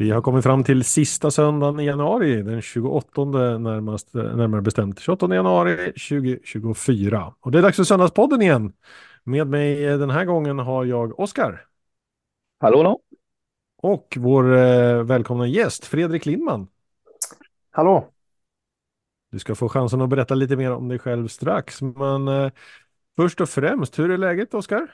Vi har kommit fram till sista söndagen i januari, den 28 närmare bestämt, 28 januari 2024. Och det är dags för Söndagspodden igen. Med mig den här gången har jag Oskar Hallå, hallå. och vår välkomna gäst Fredrik Lindman. Hallå! Du ska få chansen att berätta lite mer om dig själv strax, men först och främst, hur är läget, Oskar?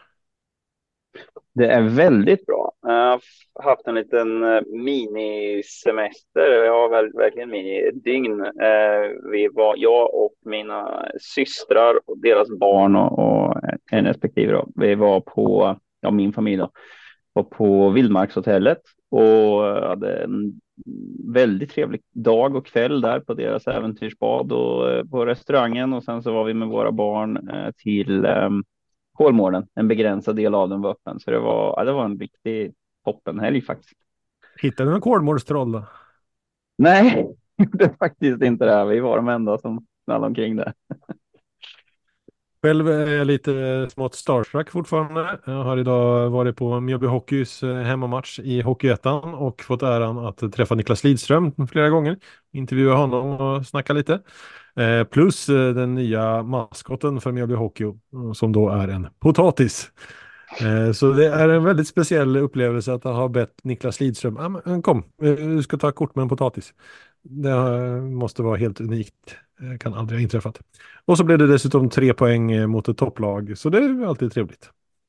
Det är väldigt bra. Jag har haft en liten minisemester. Jag har verkligen minidygn. Jag och mina systrar och deras barn och en respektive då. Vi var på, min familj då, var på Vildmarkshotellet och hade en väldigt trevlig dag och kväll där på deras äventyrsbad och på restaurangen, och sen så var vi med våra barn till Kolmården. En begränsad del av den var öppen, så det var en riktig toppenhelg faktiskt. Hittade du någon Kolmårdstroll då? Nej, det är faktiskt inte det. Vi var de enda som snallade omkring det. Själv är jag lite smått starstruck fortfarande. Jag har idag varit på Mjölby Hockeys hemmamatch i Hockeyettan och fått äran att träffa Niklas Lidström flera gånger. Intervjua honom och snacka lite. Plus den nya maskoten för Mjölby Hockey som då är en potatis. Så det är en väldigt speciell upplevelse att ha bett Niklas Lidström, men kom, du ska ta kort med en potatis. Det måste vara helt unikt, kan aldrig ha inträffat. Och så blev det dessutom 3 poäng mot ett topplag, så det är alltid trevligt.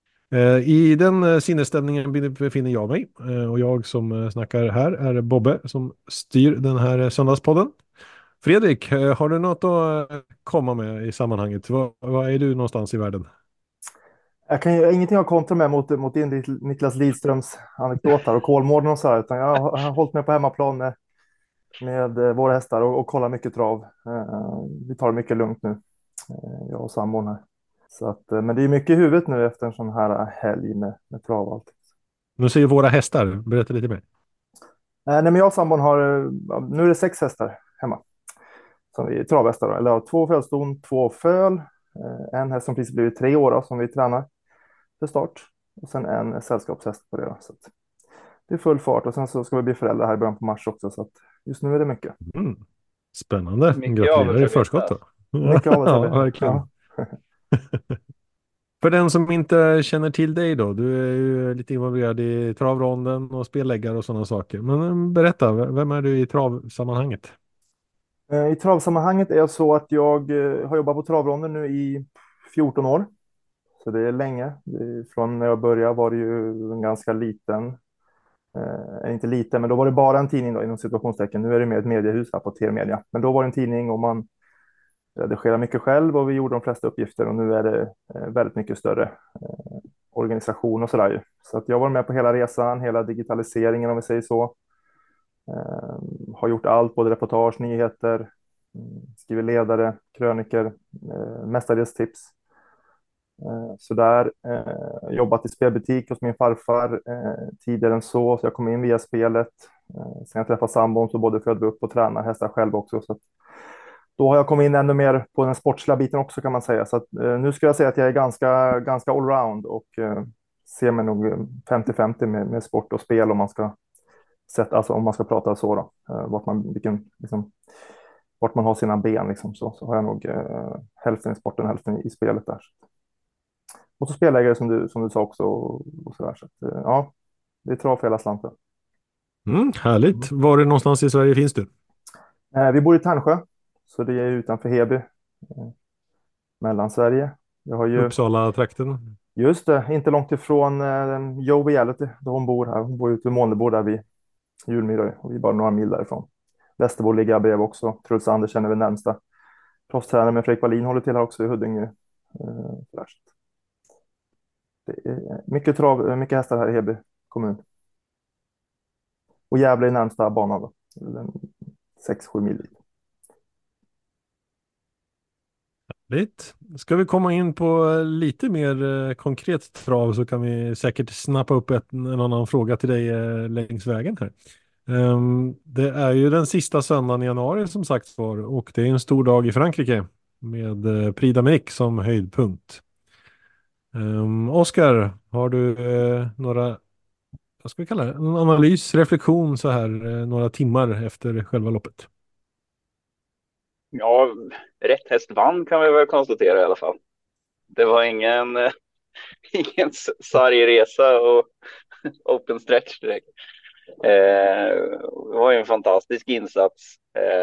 I den sinnesstämningen befinner jag mig, och jag som snackar här är Bobbe som styr den här söndagspodden. Fredrik, har du något att komma med i sammanhanget? Var är du någonstans i världen? Jag kan ju ingenting att kontra med mot din Niklas Lidströms anekdoter och Kolmården och så här, utan jag har hållit mig på hemmaplan med våra hästar och kollar mycket trav. Vi tar det mycket lugnt nu, jag och sambon här. Så att, men det är mycket i huvudet nu efter en sån här helg med trav och allt. Nu säger våra hästar, berätta lite mer. Nej, men jag och sambon har, nu är det 6 hästar hemma. Som vi travhästar då. Eller ja, 2 fölston, 2 föl. En häst som precis blivit 3 år då, som vi tränar för start. Och sen en sällskapshäst på det då. Så att det är full fart och sen så ska vi bli föräldrar här i början på mars också. Så att just nu är det mycket. Mm. Spännande, Mycket gratulerar i förskott avelsarbete. då. Mycket Ja, avelsarbete. verkligen. Ja. För den som inte känner till dig då, du är ju lite involverad i travronden och spelläggare och sådana saker. Men berätta, vem är du i travsammanhanget? I travsammanhanget är jag så att jag har jobbat på travronden nu i 14 år. Så det är länge. Från när jag började var det ju en ganska liten, inte liten, men då var det bara en tidning då, inom situationstecken. Nu är det mer ett mediehus här på T-media. Men då var det en tidning och man redigerade mycket själv och vi gjorde de flesta uppgifter och nu är det väldigt mycket större organisation och sådär ju. Så att jag var med på hela resan, hela digitaliseringen om vi säger så. Har gjort allt, både reportage, nyheter, skriver ledare, kröniker, mestadels tips. Så där, jobbat i spelbutik hos min farfar tidigare än så jag kom in via spelet. Sen jag träffade sambon så både födde upp och tränar hästar själv också. Så att då har jag kommit in ännu mer på den sportsliga biten också kan man säga. Så att, nu skulle jag säga att jag är ganska allround och ser mig nog 50-50 med sport och spel om man ska alltså om man ska prata så då. Vart man har sina ben liksom, så har jag nog hälften i sporten, hälften i spelet där. Och så spelägare som du sa också och så där. Så att, ja, det är trav för hela slanten. Härligt. Var är någonstans i Sverige finns du? Vi bor i Tärnsjö, så det är utanför Heby, Mellansverige. Jag har ju, Uppsala-trakten? just det, inte långt ifrån Joe Reality, då hon bor här. Hon bor ute i Månlebo där vid Julmyra och vi är bara några mil därifrån. Västerbo ligger jag bredvid också. Truls Anders känner vi närmsta. Proffstränare med Fredrik Wallin håller till här också i Huddinge. Det är mycket trav, mycket hästar här i Heby kommun. Och Gävle är närmsta banan då. 6-7 mil dit. Rätt. Ska vi komma in på lite mer konkret trav så kan vi säkert snappa upp en annan fråga till dig längs vägen här. Det är ju den sista söndagen i januari som sagt var och det är en stor dag i Frankrike med Prix d'Amérique som höjdpunkt. Oskar, har du några vad ska vi kalla det, en analys, reflektion så här några timmar efter själva loppet? Ja, rätt häst vann kan vi väl konstatera i alla fall. Det var ingen sarg resa och open stretch direkt. Det var ju en fantastisk insats.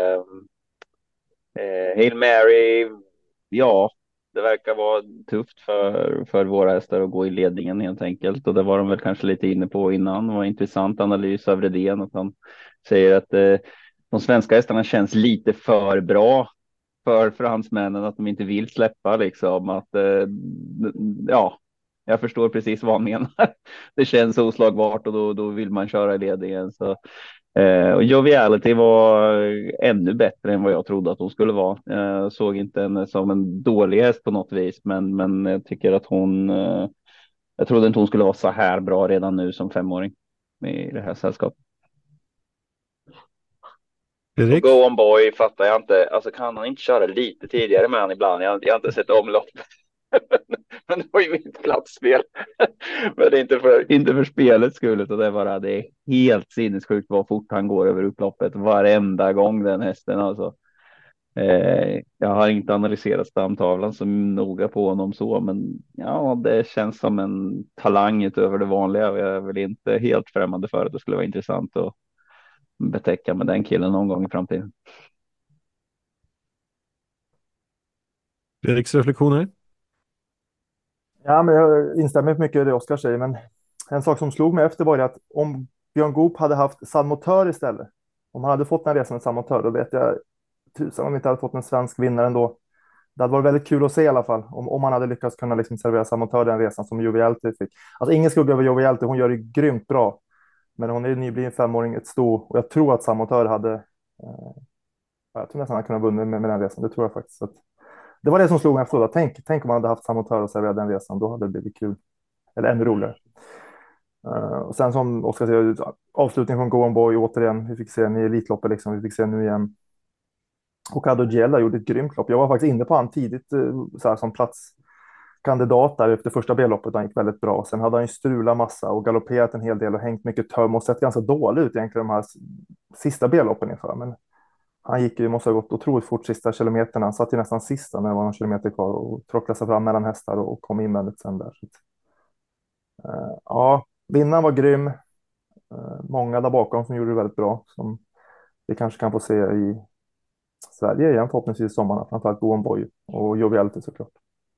Hail Mary, ja, det verkar vara tufft för våra hästar att gå i ledningen helt enkelt. Och det var de väl kanske lite inne på innan. Det var en intressant analys av Redén. Att han säger att de svenska hästarna känns lite för bra för fransmännen. Att de inte vill släppa liksom. Att, ja, jag förstår precis vad han menar. Det känns oslagbart och då vill man köra i ledningen. Så och Joviality var ännu bättre än vad jag trodde att hon skulle vara. Såg inte henne som en dålig häst på något vis, men jag tycker att jag trodde inte hon skulle vara så här bra redan nu som 5-åring i det här sällskapet. Och Go On Boy fattar jag inte. Alltså kan han inte köra lite tidigare med han ibland? Jag har inte sett omloppet. Men det var ju mitt platsspel. Men det är inte för spelets skull, utan det är helt sinnessjukt vad fort han går över upploppet varenda gång den hästen alltså. Jag har inte analyserat stamtavlan så noga på honom så, men ja, det känns som en talang utöver det vanliga och jag är väl inte helt främmande för att det skulle vara intressant att betäcka med den killen någon gång i framtiden. Fredriks reflektioner? Ja, men jag instämmer mycket i det Oskar säger, men en sak som slog mig efter var det att om Björn Goop hade haft Salmotör istället, om han hade fått en resa med Salmotör, då vet jag tusan om vi inte hade fått en svensk vinnare ändå. Det hade varit väldigt kul att se i alla fall, om man hade lyckats kunna liksom servera Salmotör den resan som Joviality fick. Alltså ingen skugga över Joviality, hon gör det grymt bra, men hon är nybliven 5-åring, ett sto, och jag tror att Salmotör hade, jag tror nästan han kunde ha vunnit med den resan, det tror jag faktiskt. Så att, det var det som slog mig efter. Tänk om man hade haft Salmotör och serverat den resan, då hade det blivit kul. Eller ännu roligare. Och sen som Oskar säger, avslutning från Go On Boy återigen. Vi fick se den i Elitloppet liksom. Vi fick se nu igen. Och Adogela gjorde ett grymt lopp. Jag var faktiskt inne på han tidigt så här, som platskandidat där efter första B-loppet. Han gick väldigt bra. Sen hade han ju strulat massa och galopperat en hel del och hängt mycket töm och sett ganska dålig ut egentligen de här sista B-loppen inför. Men han måste ha gått otroligt fort sista kilometerna. Han satt ju nästan sista när det var någon kilometer kvar och trocklade sig fram mellan hästar och kom invändigt sen där. Så, ja, vinnaren var grym. Många där bakom som gjorde det väldigt bra. Som vi kanske kan få se i Sverige igen förhoppningsvis i sommaren. Framförallt Go On Boy och Joviality såklart.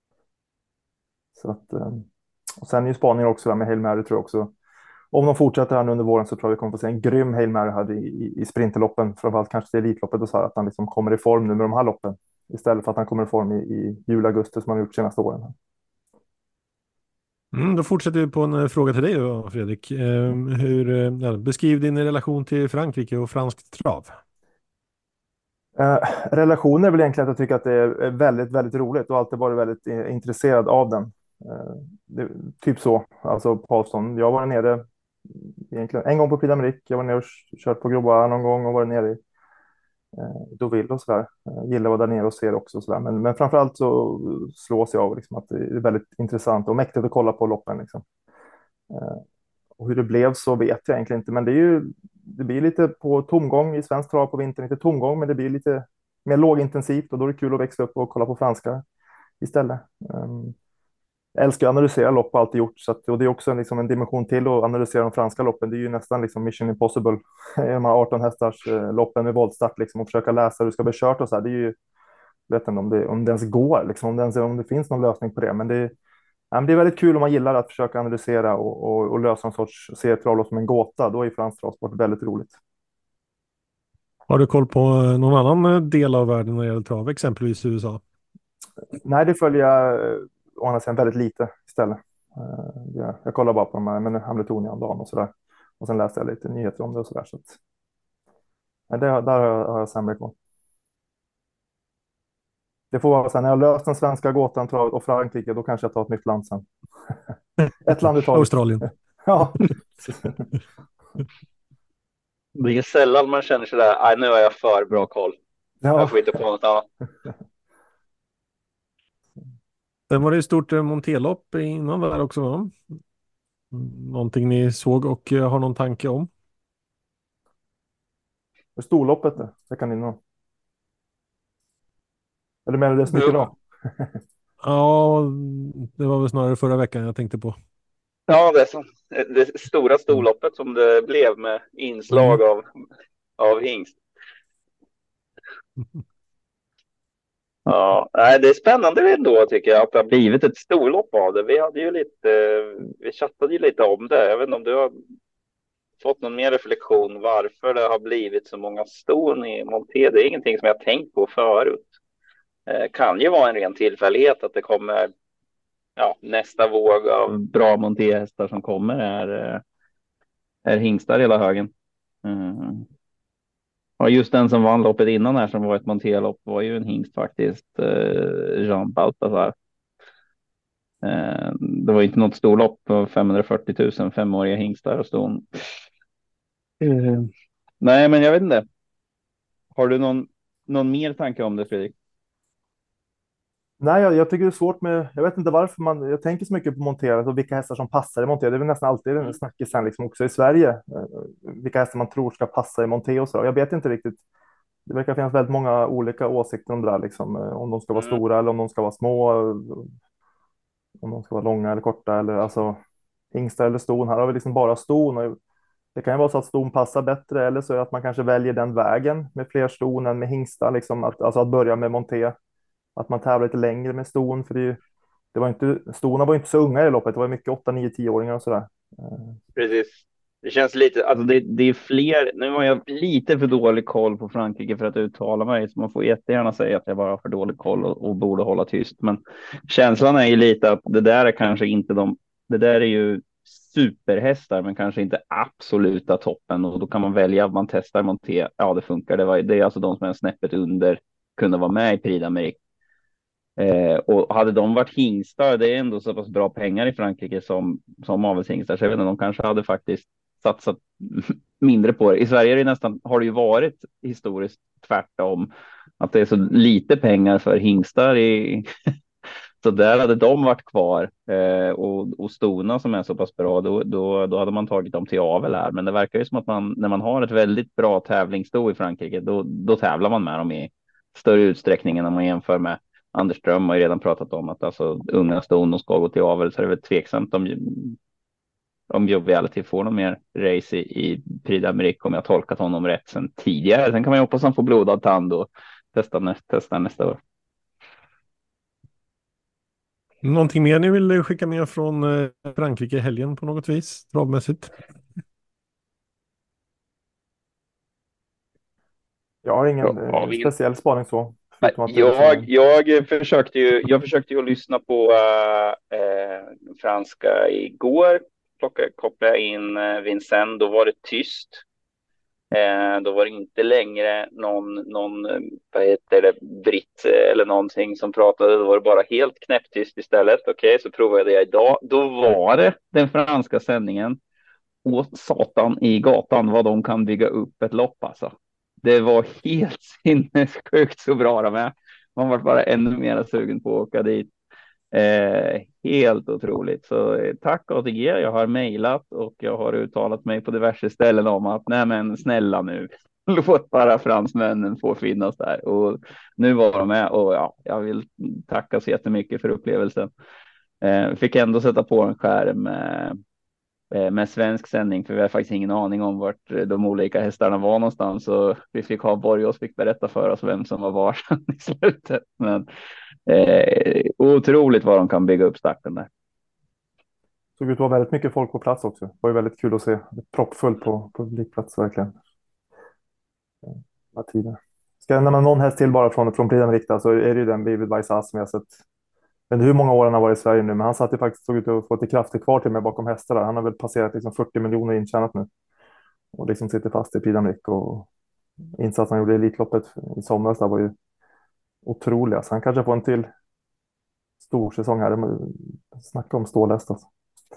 Så att, och sen är ju spaningen också där med Hail Mary tror jag också. Om de fortsätter här under våren så tror jag vi kommer få se en grym Hail Mary här i sprinterloppen. Framförallt kanske till Elitloppet och så här. Att han liksom kommer i form nu med de här loppen. Istället för att han kommer i form i jul-augusti som han har gjort senaste åren. Då fortsätter vi på en fråga till dig då, Fredrik. Beskriv din relation till Frankrike och franskt trav. Relationer är väl egentligen att jag tycker att det är väldigt, väldigt roligt och alltid varit väldigt intresserad av den. Typ så, alltså på avstånd. Jag var nere egentligen en gång på Prix d'Amérique. Jag var nere och kört på Grova någon gång och var nere i Deauville och sådär. Gillar att vara där nere och se det också och sådär. Men framförallt så slås jag av liksom att det är väldigt intressant och mäktigt att kolla på loppen liksom. Och hur det blev så vet jag egentligen inte, men det blir lite på tomgång i svensk trav på vintern, inte tomgång, men det blir lite mer lågintensivt och då är det kul att växla upp och kolla på franska istället. Jag älskar att analysera lopp och alltid gjort, så att, och det är också liksom en dimension till att analysera de franska loppen. Det är ju nästan liksom mission impossible i de här 18 hästars loppen med voltstart liksom, och försöka läsa hur det ska bli kört och så här. Det är ju, jag vet inte om det ens går, liksom, om det finns någon lösning på det, men det är väldigt kul om man gillar att försöka analysera och lösa en sorts serietravlopp som en gåta. Då är fransk travsport väldigt roligt. Har du koll på någon annan del av världen när det gäller trav, exempelvis USA? Nej, det följer jag å andra sidan väldigt lite istället. Jag kollar bara på de här Hamiltonian dagen och sådär. Och sen läste jag lite nyheter om det och sådär. Så att, där har jag sämre koll. Det får vara sen när jag löst den svenska gåtan travet och Frankrike, då kanske jag tar ett nytt land sen. Ett land i taget. Australien. Ja. Det är sällan man känner sig där, nu har jag för bra koll. Ja. Jag får inte på något annat. Sen var det ett stort Montelopp innan där också, va? Någonting ni såg och har någon tanke om? Storloppet det kan ni nog. Eller menar du det som gick idag? Ja, det var väl snarare förra veckan jag tänkte på. Ja, det är så. Det stora storloppet som det blev med inslag Mm. av hingst. Ja, nej, det är spännande ändå tycker jag att det har blivit ett storlopp av det. Vi chattade ju lite om det. Jag vet inte om du har fått någon mer reflektion varför det har blivit så många ston i monté. Det är ingenting som jag tänkt på förut. Kan ju vara en ren tillfällighet att det kommer nästa våg av bra montéhästar som kommer är hingstar hela högen. Och just den som vann loppet innan här som var ett montélopp var ju en hingst faktiskt, Jean Balthazar. Det var inte något storlopp på 540 000 femåriga hingstar och ston. Nej, men jag vet inte. Har du någon mer tanke om det, Fredrik? Nej, jag tycker det är svårt med, jag vet inte varför jag tänker så mycket på monterat och vilka hästar som passar i monté. Det är väl nästan alltid en snackis liksom också i Sverige. Vilka hästar man tror ska passa i monté och så. Jag vet inte riktigt. Det verkar finnas väldigt många olika åsikter om det där liksom. Om de ska vara stora eller om de ska vara små. Om de ska vara långa eller korta eller alltså hingstar eller ston. Här har vi liksom bara ston. Och det kan ju vara så att ston passar bättre eller så att man kanske väljer den vägen med fler ston än med hingstar. Liksom alltså att börja med monté. Att man tävlar lite längre med ston. För det var inte, stona var inte så unga i loppet. Det var mycket 8, 9, 10-åringar och sådär. Precis. Det känns lite, alltså det är fler, nu har jag lite för dålig koll på Frankrike för att uttala mig, så man får jättegärna säga att jag bara har för dålig koll och borde hålla tyst. Men känslan är ju lite att det där är kanske inte det där är ju superhästar, men kanske inte absoluta toppen. Och då kan man välja, man testar monté, ja det funkar. Det är alltså de som är snäppet under, kunde vara med i Prix d'Amérique. Och hade de varit hingstar, det är ändå så pass bra pengar i Frankrike som avelshingstar, så jag vet inte, de kanske hade faktiskt satsat mindre på det. I Sverige är det nästan, har det ju varit historiskt tvärtom, att det är så lite pengar för hingstar så där hade de varit kvar och stona som är så pass bra, då hade man tagit dem till avel här. Men det verkar ju som att när man har ett väldigt bra tävlingssto i Frankrike, då tävlar man med dem i större utsträckning än om man jämför med Anders Ström. Har ju redan pratat om att alltså unga ston ska gå till avel, så är det väl tveksamt om Joviality får någon mer race i Prix d'Amérique, om jag tolkat honom rätt sen tidigare. Sen kan man ju hoppas att han får blodad tand och testa nästa år. Någonting mer ni vill skicka med från Frankrike i helgen på något vis, travmässigt? Jag har ingen speciell spaning så. Förutom att jag försökte ju lyssna på franska igår. Kopplade in Vincent, då var det tyst. Då var det inte längre någon vad heter det, britt eller någonting som pratade. Då var det bara helt knäpptyst istället. Okej, så provade jag idag. Då var det den franska sändningen. Och satan i gatan vad de kan bygga upp ett lopp alltså. Det var helt sinnessjukt så bra de är. Man var bara ännu mer sugen på att åka dit. Helt otroligt. Så tack ATG. Jag har mejlat och jag har uttalat mig på diverse ställen om att nej men snälla nu. Låt bara fransmännen få finnas där. Och nu var de med och ja, jag vill tacka så jättemycket för upplevelsen. Fick ändå sätta på en skärm med svensk sändning, för vi har faktiskt ingen aning om vart de olika hästarna var någonstans, så vi fick ha Borgås fick berätta för oss vem som var var i slutet. Men otroligt vad de kan bygga upp starten där. Såg ut att vara väldigt mycket folk på plats också. Det var ju väldigt kul att se. Proppfullt på publikplats verkligen. Ska jag nämna någon häst till bara från Prix d'Amérique, så är det ju den Vivid Vaisas som jag har sett. Jag vet inte hur många år han har varit i Sverige nu, men han satt ju faktiskt, såg ut att få lite krafter kvar till mig bakom hästar där. Han har väl passerat liksom 40 miljoner intjänat nu. Och liksom sitter fast i Prix d'Amérique, och insatsen han gjorde i Elitloppet i somras där var ju otroliga. Så han kanske får en till stor säsong här. Snacka om stålhäst alltså.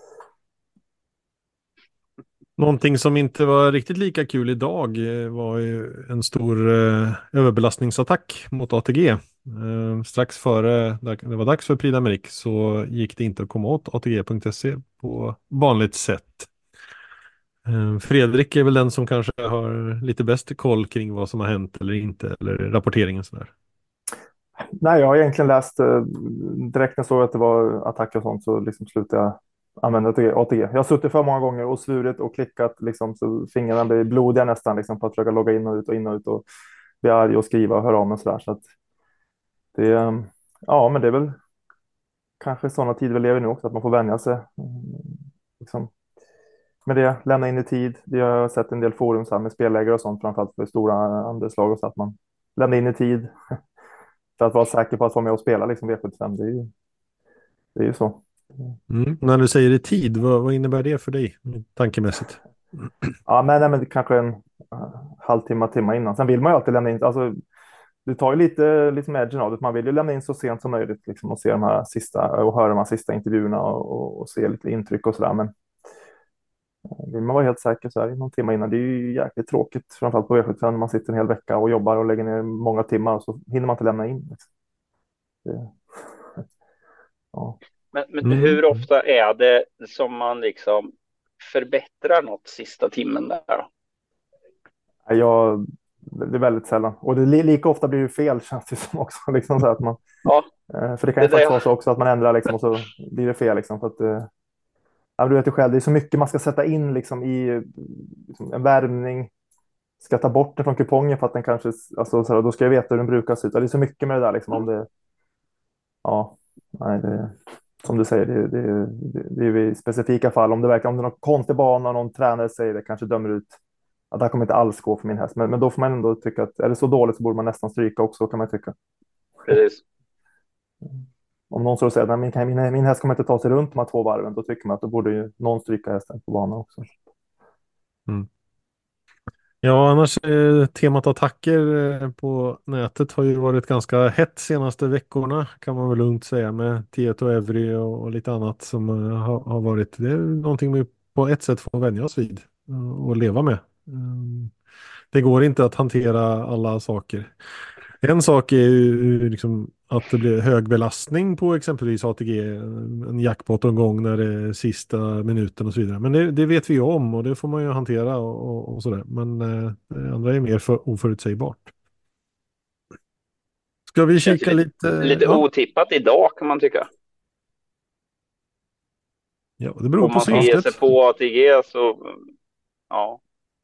Någonting som inte var riktigt lika kul idag var ju en stor överbelastningsattack mot ATG Strax före det var dags för Prix d'Amérique så gick det inte att komma åt ATG.se på vanligt sätt. Fredrik är väl den som kanske har lite bäst koll kring vad som har hänt eller inte, eller rapporteringen sådär. Nej, jag har egentligen läst direkt när jag såg att det var attacker och sånt så liksom slutade jag använda ATG. Jag har suttit för många gånger och svurit och klickat liksom, så fingrarna blir blodiga nästan liksom, på att försöka logga in och ut och in och ut och bli arg och skriva och höra av mig och sådär. Så att det, ja, men det är väl kanske sådana tider vi lever nu också, att man får vänja sig. Liksom, med det, lämna in i tid. Det har jag sett en del forum så här, med spellägare och sånt, framförallt för stora andelslag och så att man lämnar in i tid för att vara säker på att vara med och spela liksom V75. Det är ju så. När du säger i tid, vad innebär det för dig tankemässigt? Ja, men det kanske en timme innan. Sen vill man ju alltid lämna in, alltså det tar ju lite liksom edgen av det. Man vill ju lämna in så sent som möjligt liksom, och se de här sista och höra de här sista intervjuerna och se lite intryck och sådär. Men vill man vara helt säker så här någon timme innan, det är ju jäkligt tråkigt, framförallt på V75 när man sitter en hel vecka och jobbar och lägger ner många timmar och så hinner man inte lämna in. Liksom. Det, ja. Men hur ofta är det som man liksom förbättrar något sista timmen där då? Det är väldigt sällan. Och det lika ofta blir det fel, känns det som också. Liksom så att man, Ja, för det kan ju faktiskt vara så också att man ändrar liksom, och så blir det fel. Liksom, för att, ja, du vet ju själv, det är så mycket man ska sätta in liksom, i liksom, en värmning. Ska ta bort den från kupongen för att den kanske, alltså, så här, då ska jag veta hur den brukar se ut. Det är så mycket med det där. Liksom, om det, ja, nej, som du säger, det är i specifika fall. Om det är någon konstig bana, någon tränare säger det, kanske dömer ut att det här kommer inte alls gå för min häst. Men då får man ändå tycka att är det så dåligt så borde man nästan stryka också, kan man tycka. precis. Om någon står och säger att min häst kommer inte ta sig runt de här 2 varven, då tycker man att då borde ju någon stryka hästen på banan också. Mm. Ja, annars temat attacker på nätet har ju varit ganska hett senaste veckorna, kan man väl lugnt säga, med Tieto Evry och lite annat som har varit. Det är någonting vi på ett sätt får vänja oss vid och leva med. Det går inte att hantera alla saker. En sak är ju liksom att det blir hög belastning på exempelvis ATG, en jackpot en gång när det är sista minuten och så vidare. Men det vet vi ju om och det får man ju hantera och sådär. Men det andra är mer oförutsägbart. Ska vi kika lite otippat idag, kan man tycka. Ja, det beror om på man ska ge sig syftet. på ATG så ja.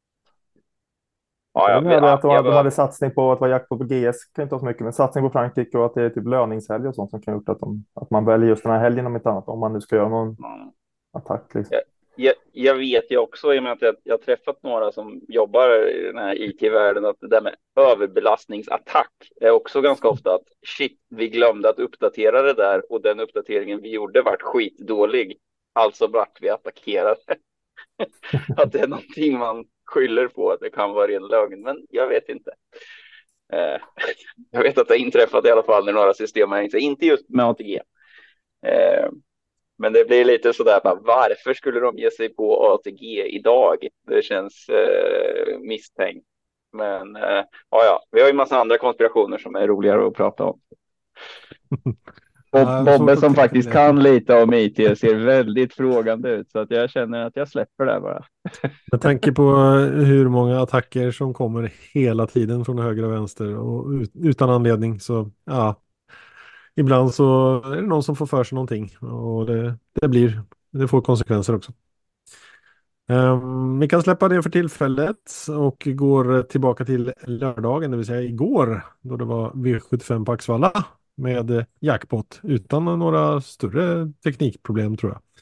Jag hörde att de hade satsning på att vara jackpot på GS, kan inte ha så mycket, men satsning på Frankrike och att det är typ löningshelg och sånt som kan ha gjort att man väljer just den här helgen om inte annat, om man nu ska göra någon attack. Liksom. Jag vet ju också, i och med att jag har träffat några som jobbar i den här IT-världen, att det där med överbelastningsattack är också ganska ofta att shit, vi glömde att uppdatera det där och den uppdateringen vi gjorde vart skitdålig. Alltså vart vi attackerade. Att det är någonting man skyller på, att det kan vara ren lögn, men jag vet inte. Jag vet att det har inträffat i alla fall när några system har inte just med ATG. Men det blir lite sådär, varför skulle de ge sig på ATG idag? Det känns misstänkt. Men ja, vi har ju massa andra konspirationer som är roligare att prata om. Bobbe som faktiskt kan lite om IT ser väldigt frågande ut, så att jag känner att jag släpper det bara. Jag tänker på hur många attacker som kommer hela tiden från höger och vänster och utan anledning, så ja, ibland så är det någon som får för sig någonting och det får konsekvenser också. Vi kan släppa det för tillfället och går tillbaka till lördagen, det vill säga igår, då det var V75 på Axvalla med jackpot utan några större teknikproblem, tror jag.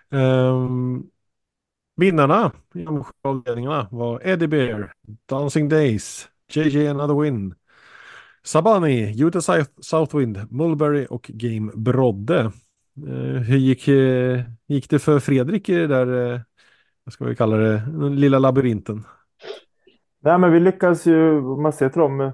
Vinnarna i de avdelningarna var Eddie Bear, Dancing Days, JJ Another Win, Sabani, Utah Southwind, Mulberry och Game Brodde. Hur gick det för Fredrik i det där, vad ska vi kalla det, den lilla labyrinten? Nej, men vi lyckas ju, man ser till dem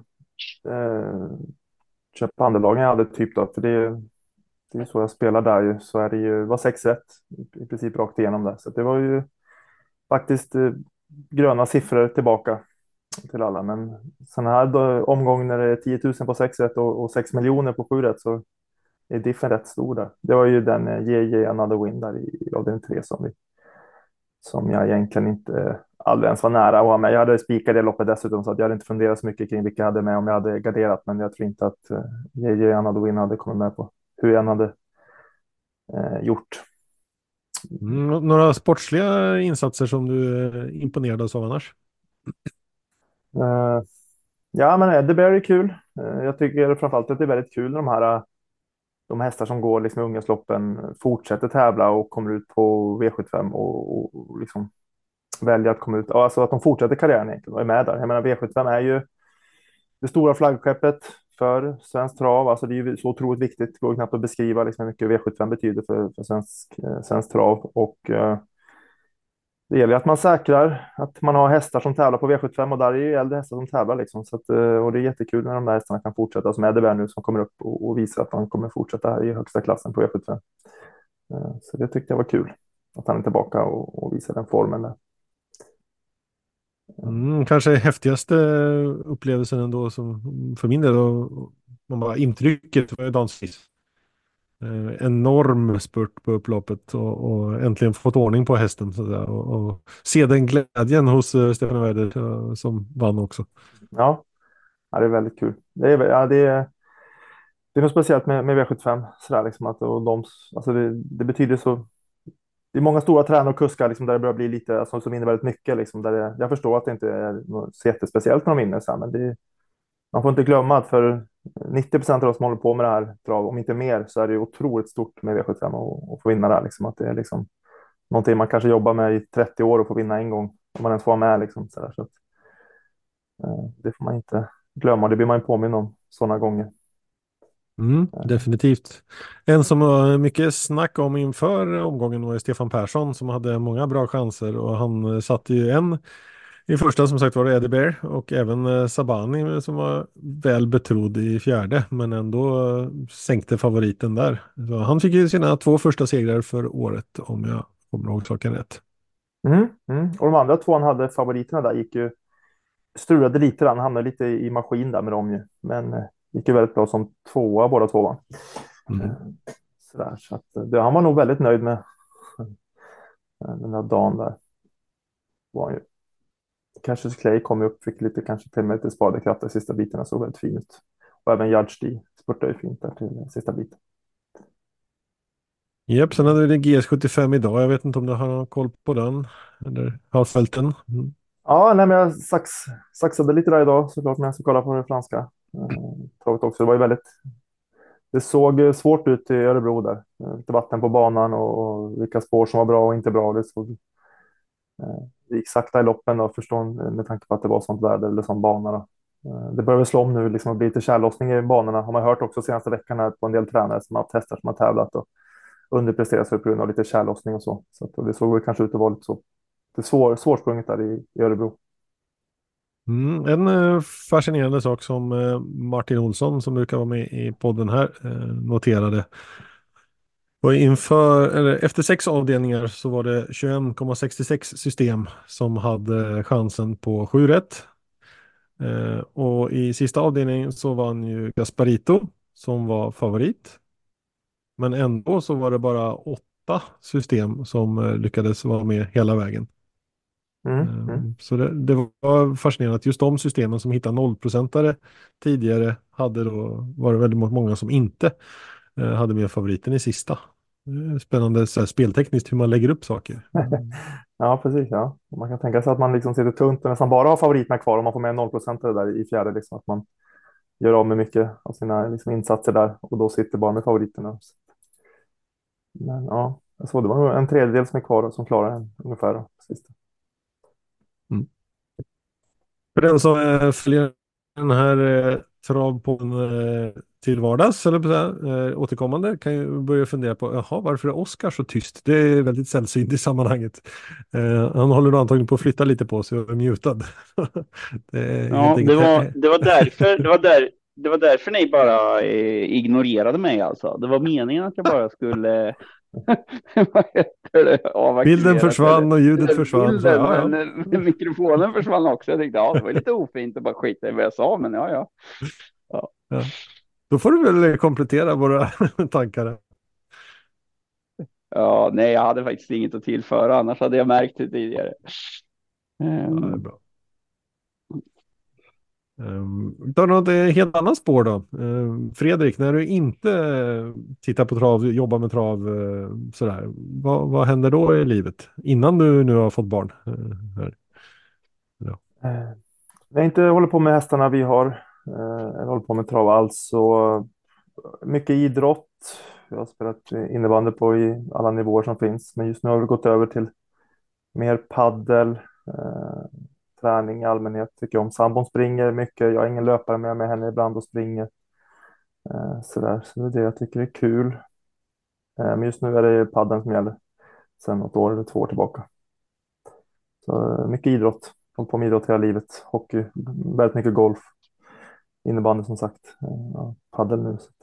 köpa andelagen jag hade typ då, för det är så jag spelar där ju, så är det ju, var 6 rätt i princip rakt igenom där, så det var ju faktiskt gröna siffror tillbaka. till alla. Men sådana här omgångar när det är 10 000 på 6 rätt och 6 miljoner på 7 rätt så är diffen rätt stor där. Det var ju den JJ Another Win där av den 3 som jag egentligen inte aldrig ens var nära att ha med. Jag hade spikat det loppet dessutom så att jag hade inte funderat så mycket kring vilka jag hade med om jag hade garderat. Men jag tror inte att JJ Another Win hade kommit med på hur jag hade gjort. Några sportsliga insatser som du imponerades av annars? Ja, men Eddie Bear är kul. Jag tycker framförallt att det är väldigt kul när de hästar som går liksom i ungdomsloppen fortsätter tävla och kommer ut på V75 och liksom väljer att komma ut. Alltså att de fortsätter karriären egentligen och är med där. Jag menar V75 är ju det stora flaggskeppet för svensk trav. Alltså det är ju så otroligt viktigt. Det går knappt att beskriva liksom hur mycket V75 betyder för svensk trav. Och det gäller att man säkrar att man har hästar som tävlar på V75 och där är ju äldre hästar som tävlar liksom. Så att, och det är jättekul när de där hästarna kan fortsätta som Eddie nu som kommer upp och visar att han kommer fortsätta här i högsta klassen på V75. Så det tyckte jag var kul att han är tillbaka och visar den formen där. Kanske häftigaste upplevelsen ändå som för min del och man bara intrycket var ju Dan Cis. Enorm spurt på upploppet och äntligen fått ordning på hästen så där, och se den glädjen hos Stefan Werder som vann också. Ja, det är väldigt kul. Det är något speciellt med V75 så där, liksom, att, och alltså det betyder så. Det är många stora tränare och kuskar liksom, där det börjar bli lite alltså, som vinner väldigt mycket. Liksom, jag förstår att det inte är något så jättespeciellt när de vinner. Så här, men man får inte glömma att för 90% av de som håller på med det här trav, om inte mer, så är det otroligt stort med V75 och få vinna det här. Liksom, att det är liksom någonting man kanske jobbar med i 30 år och får vinna en gång. Om man ens får vara med. Liksom, så där, så att, det får man inte glömma. Det blir man ju påminn om sådana gånger. Definitivt. En som var mycket snack om inför omgången var Stefan Persson som hade många bra chanser och han satte ju en i första som sagt var det Eddie Bear och även Sabani som var väl betrodd i fjärde men ändå sänkte favoriten där. Så han fick ju sina 2 första segrar för året om jag kommer ihåg saken rätt. Och de andra 2 han hade favoriterna där gick ju strulade lite, han hamnade lite i maskin där med dem ju. Men gick ju väldigt bra som 2 båda 2 va? Sådär, så att, han var nog väldigt nöjd med den där dagen där. Var ju. Cassius Clay kom upp, fick kanske till och med lite spadekraft i sista biten, såg väldigt fin ut. Och även Judge D spurtade ju fint där till sista biten. Japp, sen hade vi GS75 idag. Jag vet inte om du har någon koll på den eller har följt den. Ja, nej, men jag saxade lite där idag såklart, men jag ska kolla på det franska. Också. Det var ju det såg svårt ut i Örebro där. Lite vatten på banan och vilka spår som var bra och inte bra. Det gick sakta i loppen då, med tanke på att det var sånt väder eller sån bana. Då. Det börjar väl slå om nu liksom, och bli lite tjällossning i banorna. Har man hört också senaste veckan här på en del tränare som har haft hästar som har tävlat och underpresterat sig på grund av lite tjällossning och så. Så att, det såg väl kanske ut att vara lite så. Det är svårsprunget där i Örebro. En fascinerande sak som Martin Olsson som brukar vara med i podden här noterade. Och efter 6 avdelningar så var det 21,66 system som hade chansen på 7 rätt. Och i sista avdelningen så vann ju Gasparito som var favorit. Men ändå så var det bara 8 system som lyckades vara med hela vägen. Så det var fascinerande att just de systemen som hittade 0-procentare tidigare var det väldigt många som inte hade med favoriten i sista. Spännande så här, speltekniskt hur man lägger upp saker. Ja, precis. Ja. Man kan tänka sig att man liksom sitter tunt och nästan bara har favoriterna kvar om man får med 0-procentare där i fjärde. Liksom, att man gör av med mycket av sina liksom, insatser där och då sitter bara med favoriterna. Men ja, så det var nog en tredjedel som är kvar som klarar den ungefär. Då, sista. För den som följer den här travpodden till vardags eller på så här, återkommande kan ju börja fundera på varför är Oskar så tyst? Det är väldigt sällsynt i sammanhanget. Han håller då antagligen på att flytta lite på sig och är mutad. Det var därför ni bara ignorerade mig alltså. Det var meningen att jag bara skulle Vad heter det? Bilden Avaktiverat eller? försvann och ljudet Eller försvann. Så, bilden, ja, ja. men mikrofonen försvann också. Jag tänkte, ja, det var lite ofint att bara skita i vad jag sa, men ja, ja. Ja, Ja. Då får du väl komplettera våra tankar. ja, nej, jag hade faktiskt inget att tillföra, annars hade jag märkt det tidigare. Ja, det är Ehm, bra. Ta något helt annat spår då. Fredrik, när du inte tittar på trav, jobbar med trav, sådär, vad händer då i livet? Innan du nu har fått barn? Här. Ja. När jag inte håller på med hästarna vi har, eller håller på med trav alls, så mycket idrott. Jag har spelat innebandy på i alla nivåer som finns, men just nu har vi gått över till mer paddel, träning i allmänhet. Tycker om. Sambon springer mycket. Jag är ingen löpare, men jag är med henne ibland och springer. Sådär. Så det är det jag tycker är kul. Men just nu är det paddeln som gäller. Sen något år eller 2 år tillbaka. Så mycket idrott. Håller på med idrott hela livet. Hockey, väldigt mycket golf. Innebandy som sagt. Ja, paddel nu. Så.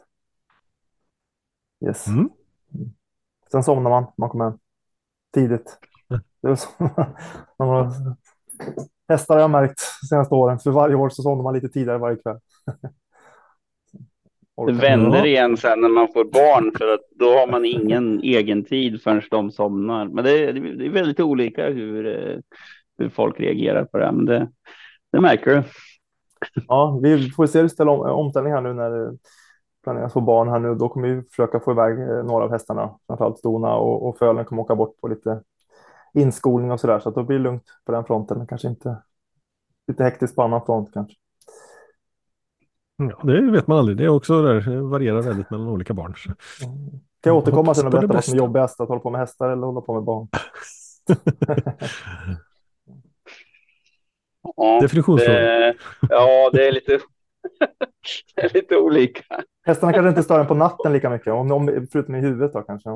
Yes. Mm. Sen somnar man kommer hem tidigt. Det är så. Man har, hästar har jag märkt de senaste åren. För varje år så somnar man lite tidigare varje kväll. Det Orkar. vänder Ja. igen sen när man får barn, för att då har man ingen egen tid förrän de somnar. Men det är väldigt olika hur folk reagerar på det. Men det märker du. Ja, vi får se ställa omställning här nu när det planeras få barn här nu. Då kommer vi försöka få iväg några av hästarna, framförallt Stona och Fölen kommer åka bort på lite inskolning och sådär. Så att då blir det lugnt på den fronten, men kanske inte lite hektiskt på annan front kanske. Ja, det vet man aldrig. Det är också där, det varierar väldigt mellan olika barn. Så. Kan jag återkomma sen och Hoppas på det berätta vad som är bästa. jobbigast, att hålla på med hästar eller hålla på med barn? Ja, Definitionsfråga. det är lite, det är lite olika. Hästarna kanske inte stör en på natten lika mycket, förutom i huvudet då kanske.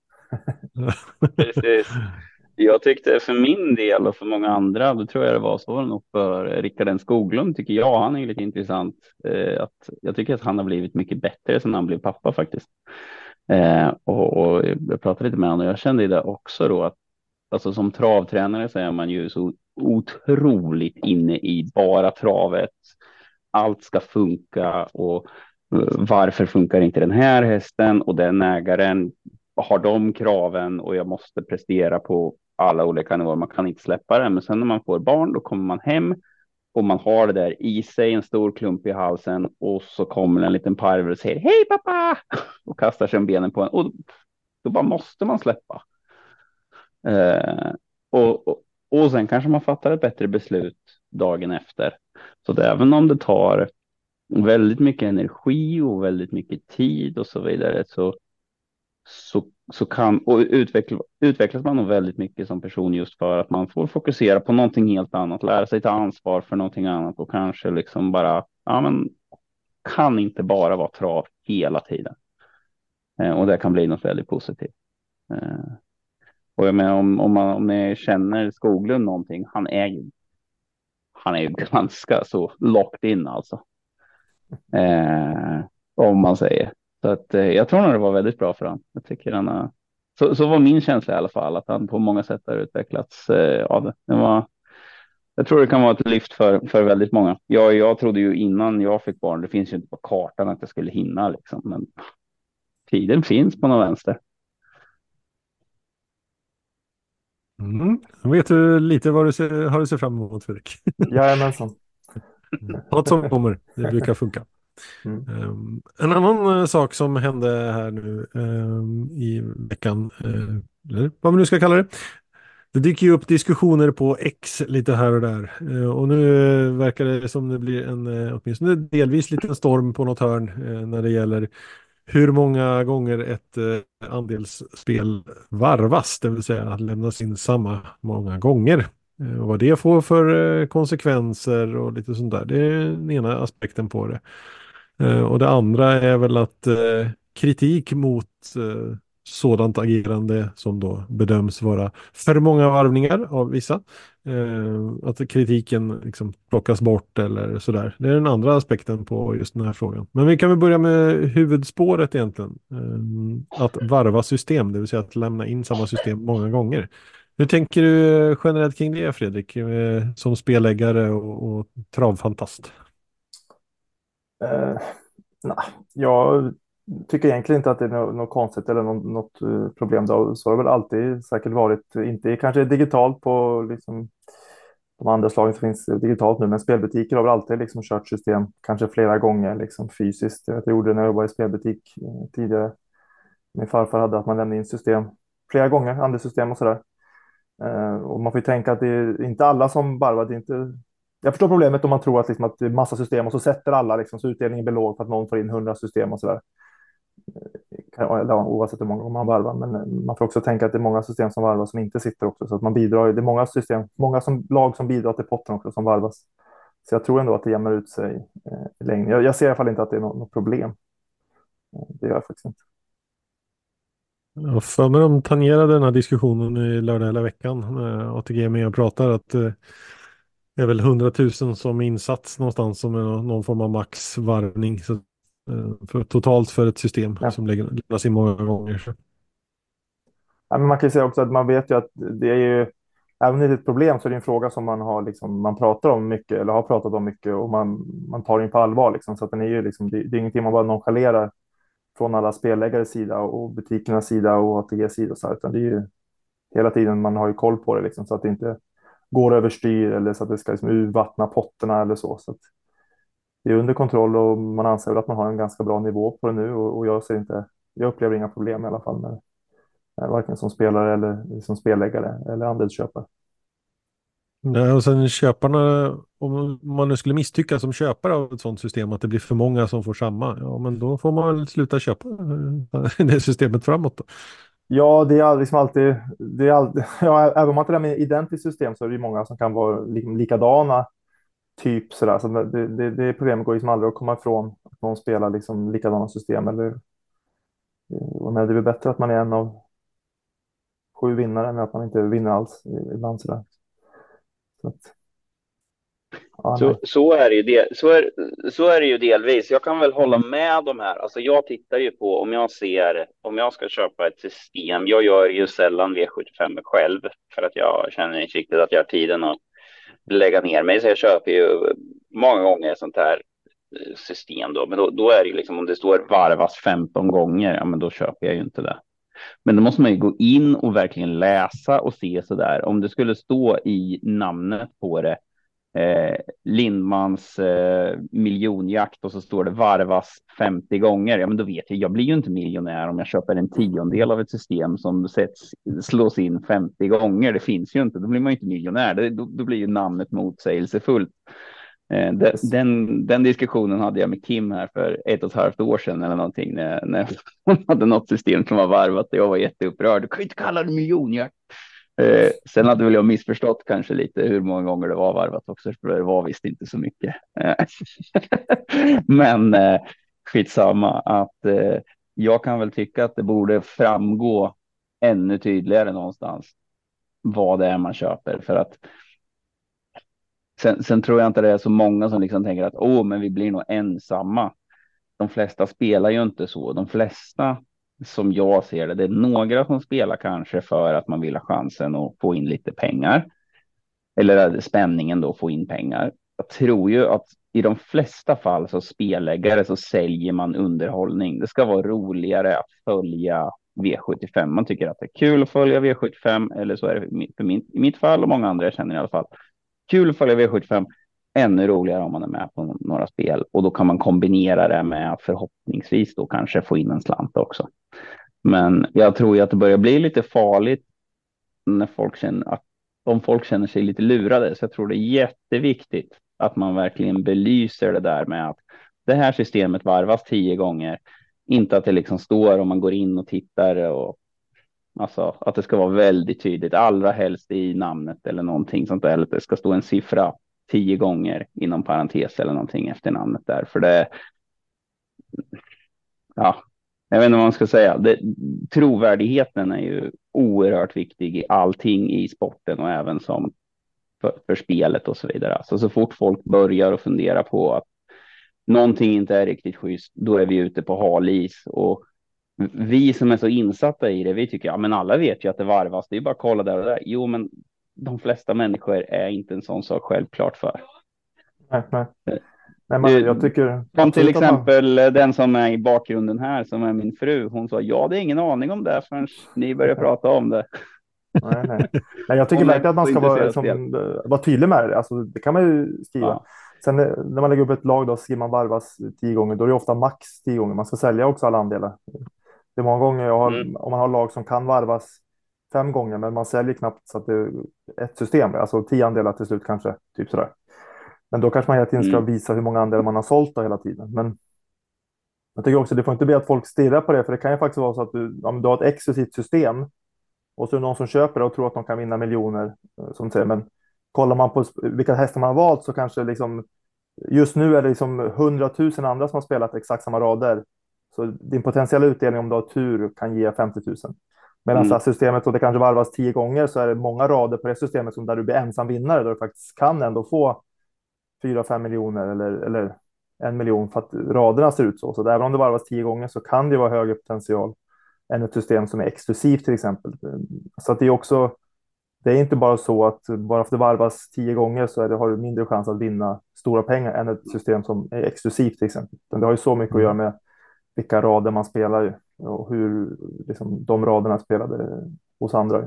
Precis. Jag tyckte för min del och för många andra, då tror jag det var så nog för Rickard N. Skoglund, tycker jag. Han är ju lite intressant. Att jag tycker att han har blivit mycket bättre sedan han blev pappa faktiskt. Och jag pratade lite med honom och jag kände det också då att alltså som travtränare så är man ju så otroligt inne i bara travet. Allt ska funka och varför funkar inte den här hästen och den ägaren har de kraven och jag måste prestera på alla olika nivåer. Man kan inte släppa det. Men sen när man får barn, då kommer man hem och man har det där i sig, en stor klump i halsen och så kommer en liten parvel och säger hej pappa och kastar sig om benen på en och då bara måste man släppa. Eh, och sen kanske man fattar ett bättre beslut dagen efter. Så det, även om det tar väldigt mycket energi och väldigt mycket tid och så vidare så kan och utvecklas man nog väldigt mycket som person just för att man får fokusera på någonting helt annat, lära sig ta ansvar för någonting annat och kanske liksom bara, ja men kan inte bara vara trav hela tiden. Och det kan bli något väldigt positivt. Och jag menar, om ni känner Skoglund någonting, han är ju ganska så locked in alltså. Om man säger. Så att jag tror nog det var väldigt bra för honom. Jag tycker han har, så var min känsla i alla fall, att han på många sätt har utvecklats av det. Jag tror det kan vara ett lyft för väldigt många. Jag trodde ju innan jag fick barn, det finns ju inte på kartan att jag skulle hinna liksom, men tiden finns på något vänster. Då vet du lite vad har du ser fram emot, Fredrik. Jajamensan. Något som kommer, det brukar funka. Mm. En annan sak som hände här nu i veckan, eller vad man nu ska kalla det. Det dyker ju upp diskussioner på X lite här och där. Och nu verkar det som det blir åtminstone delvis liten storm på något hörn när det gäller hur många gånger ett andelsspel varvas, det vill säga att lämnas in samma många gånger. Och vad det får för konsekvenser och lite sånt där. Det är den ena aspekten på det. Och det andra är väl att kritik mot sådant agerande som då bedöms vara för många varvningar av vissa. Att kritiken liksom plockas bort eller sådär. Det är den andra aspekten på just den här frågan. Men vi kan väl börja med huvudspåret egentligen. Att varva system, det vill säga att lämna in samma system många gånger. Hur tänker du generellt kring det, Fredrik, som spelägare och travfantast? Eh, nej, jag tycker egentligen inte att det är något konstigt eller något problem. Så har det väl alltid säkert varit, inte kanske digitalt på liksom de andra slagen som finns digitalt nu, men spelbutiker har väl alltid liksom kört system, kanske flera gånger liksom fysiskt. Jag gjorde det när jag jobbade i spelbutik tidigare. Min farfar hade att man lämnade in system flera gånger, andra system och sådär. Och man får ju tänka att det är inte alla som varvar. Det är inte... Jag förstår problemet om man tror att, liksom, att det är massa system och så sätter alla liksom, så utdelningen blir låg för att någon får in 100 system och sådär. Oavsett hur många man varvar. Men man får också tänka att det är många system som varvas som inte sitter också. Så att man bidrar, det är många system, lag som bidrar till potten också som varvas. Så jag tror ändå att det jämnar ut sig i längden. Jag ser i alla fall inte att det är något problem. Det gör jag faktiskt inte. Jag för mig de tangerade den här diskussionen i lördag hela veckan. ATG med och pratar att det är väl 100 000 som insats någonstans som är någon form av maxvarvning. Så, totalt för ett system som lämnas in många gånger. Så. Ja, men man kan ju säga också att man vet ju att det är ju, även om det är ett problem så är det en fråga som man har liksom, man pratar om mycket eller har pratat om mycket och man tar in på allvar liksom, så att den är ju liksom, det är ingenting man bara nonchalerar från alla spelläggares sida och butikernas sida och ATGs sida och så här, utan det är ju hela tiden man har ju koll på det liksom, så att det inte går överstyr eller så att det ska liksom urvattna potterna eller så att det är under kontroll och man anser att man har en ganska bra nivå på det nu och jag upplever inga problem i alla fall med varken som spelare eller som spelläggare eller andelsköpare. Ja, och sen köparna, om man nu skulle misstycka som köpare av ett sådant system att det blir för många som får samma, ja men då får man väl sluta köpa det systemet framåt då. Ja, det är liksom alltid, ja, även om man inte är med identiskt system så är det ju många som kan vara likadana typ sådär. Så det problemet går liksom aldrig att komma ifrån att någon spelar liksom likadana system. Och nej, det är väl bättre att man är en av 7 vinnare än att man inte vinner alls ibland sådär. Så, att, ja, så är det ju så är det ju delvis. Jag kan väl hålla med de här. Alltså jag tittar ju på om jag ska köpa ett system. Jag gör ju sällan V75 själv för att jag känner inte riktigt att jag har tiden att lägga ner mig. Så jag köper ju många gånger sånt här system då. Men då är det ju liksom om det står varvas 15 gånger, ja men då köper jag ju inte det. Men då måste man ju gå in och verkligen läsa och se så där. Om det skulle stå i namnet på det Lindmans miljonjakt och så står det varvas 50 gånger. Ja men då vet jag blir ju inte miljonär om jag köper en 10-del av ett system som slås in 50 gånger. Det finns ju inte, då blir man ju inte miljonär. Då blir ju namnet motsägelsefullt. Den diskussionen hade jag med Kim här för 1,5 år sedan eller någonting när hon hade något system som var varvat och jag var jätteupprörd. Du kan ju inte kalla det miljonjakt. Sen hade väl jag missförstått kanske lite hur många gånger det var varvat också, för det var visst inte så mycket. Men skitsamma att jag kan väl tycka att det borde framgå ännu tydligare någonstans vad det är man köper, för att sen tror jag inte det är så många som liksom tänker att men vi blir nog ensamma. De flesta spelar ju inte så. De flesta som jag ser det är några som spelar kanske för att man vill ha chansen att få in lite pengar. Eller spänningen då, få in pengar. Jag tror ju att i de flesta fall så spelägare så säljer man underhållning. Det ska vara roligare att följa V75. Man tycker att det är kul att följa V75, eller så är det i mitt fall och många andra jag känner i alla fall. Kul att följa V75, ännu roligare om man är med på några spel. Och då kan man kombinera det med att förhoppningsvis då kanske få in en slant också. Men jag tror ju att det börjar bli lite farligt när om folk känner sig lite lurade. Så jag tror det är jätteviktigt att man verkligen belyser det där med att det här systemet varvas 10 gånger. Inte att det liksom står om man går in och tittar och alltså att det ska vara väldigt tydligt, allra helst i namnet eller någonting sånt där, eller att det ska stå en siffra 10 gånger inom parentes eller någonting efter namnet där, för det jag vet inte vad man ska säga. Trovärdigheten är ju oerhört viktig i allting i sporten och även som för spelet och så vidare. Alltså så fort folk börjar att fundera på att någonting inte är riktigt schysst, då är vi ute på hal is. Och vi som är så insatta i det, vi tycker, ja men alla vet ju att det varvas, det är bara att kolla där och där. Jo, men de flesta människor är inte en sån sak självklart för. Nej, nej. Nej, men jag tycker som till absolut att man... exempel den som är i bakgrunden här, som är min fru, hon sa, jag hade ingen aning om det förrän ni började prata om det. Nej, nej. Nej, jag tycker Hon är verkligen att man så ska vara, intresserad av spel. vara tydlig med det. Alltså, det kan man ju skriva. Ja. Sen när man lägger upp ett lag då skriver man varvas 10 gånger. Då är det ofta max 10 gånger. Man ska sälja också alla andelar. Det är många gånger om man har lag som kan varvas 5 gånger, men man säljer knappt så att det är ett system. Alltså 10 andelar till slut kanske. Typ sådär. Men då kanske man hela tiden ska visa hur många andelar man har sålt då hela tiden. Men jag tycker också det får inte bli att folk stirrar på det. För det kan ju faktiskt vara så att du har ett exklusivt system. Och så är det någon som köper det och tror att de kan vinna miljoner. Som du säger. Men kollar man på vilka hästar man har valt så kanske liksom, just nu är det liksom 100 000 andra som har spelat exakt samma rader. Så din potentiella utdelning om du har tur kan ge 50 000. Medan det här systemet, och det kanske varvas 10 gånger, så är det många rader på det systemet som där du blir ensam vinnare. Där du faktiskt kan ändå få 4-5 miljoner eller 1 miljon för att raderna ser ut så. Så även om det varvas 10 gånger så kan det vara högre potential än ett system som är exklusivt till exempel. Så att det är också, det är inte bara så att bara för att det varvas 10 gånger så har du mindre chans att vinna stora pengar än ett system som är exklusivt till exempel. Men det har ju så mycket att göra med vilka rader man spelar och hur liksom, de raderna spelade hos andra.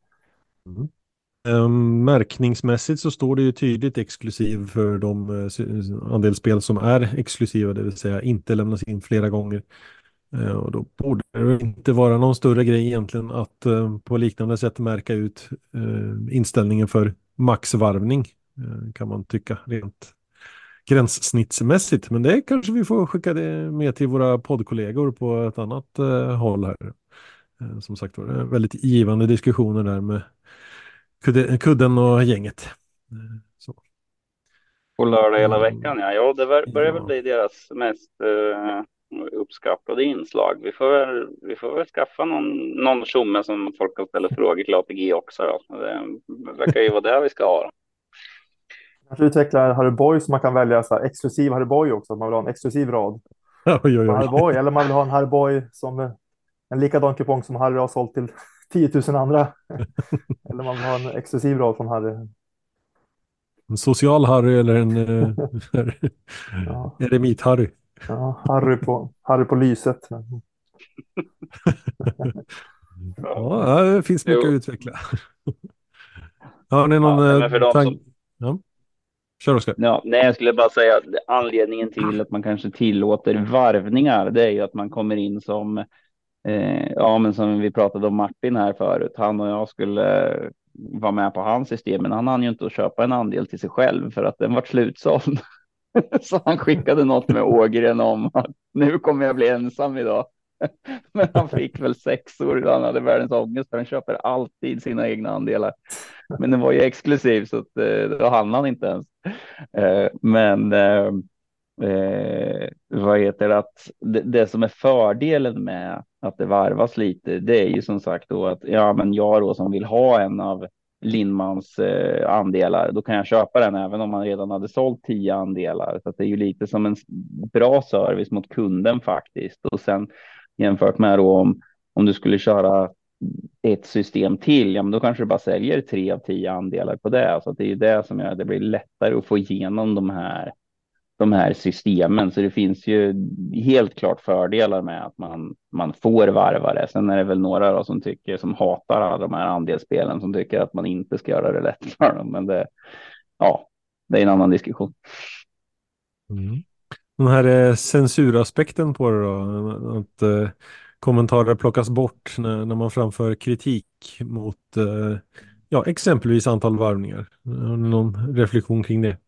Märkningsmässigt så står det ju tydligt exklusiv för de andelsspel som är exklusiva, det vill säga inte lämnas in flera gånger. Och då borde det inte vara någon större grej egentligen att på liknande sätt märka ut inställningen för maxvarvning, kan man tycka rent gränssnittsmässigt. Men det kanske vi får skicka det med till våra poddkollegor på ett annat håll här. Som sagt var det väldigt givande diskussioner där med kudden och gänget. Så. På lördag hela veckan, ja. Ja, det börjar väl Ja. bli deras mest uppskattade inslag. Vi får väl skaffa någon tjomme som folk kan ställa frågor till ATG också då. Det verkar ju vara det vi ska ha då. Kanske utveckla Harry Boy så man kan välja så här, exklusiv Harry Boy också, att man vill ha en exklusiv rad. Oj, oj, oj. Harry Boy, eller man vill ha en Harry Boy som en likadan kupong som Harry har sålt till 10 000 andra. Eller man vill ha en exklusiv rad från Harry. En social Harry eller en Ja. eremit-Harry. Ja, Harry på lyset. Ja, det finns mycket att utveckla. Har ni någon men för dem som... Ja. Kör, Oskar. Ja, nej, jag skulle bara säga att anledningen till att man kanske tillåter varvningar, det är ju att man kommer in som ja, men som vi pratade om Martin här förut. Han och jag skulle vara med på hans system, men han hann ju inte att köpa en andel till sig själv för att den var slutsåld. Så han skickade något med Ågren om att nu kommer jag bli ensam idag. Men han fick väl 6 år. Han hade världens ångest för han köper alltid sina egna andelar. Men det var ju exklusiv så att, då hann han inte ens. Men vad heter det, att det som är fördelen med att det varvas lite, det är ju som sagt då att ja, men jag då som vill ha en av Lindmans andelar, då kan jag köpa den även om man redan hade sålt 10 andelar. Så att det är ju lite som en bra service mot kunden faktiskt. Och sen jämfört med då om du skulle köra ett system till, ja men då kanske du bara säljer 3 av 10 andelar på det. Så att det är ju det som gör att det blir lättare att få igenom de här systemen. Så det finns ju helt klart fördelar med att man får varvare. Sen är det väl några då som hatar alla de här andelsspelen, som tycker att man inte ska göra det lätt för dem. Men det är en annan diskussion. Den här censuraspekten på det då, att kommentarer plockas bort när man framför kritik mot exempelvis antal varvningar. Har ni någon reflektion kring det?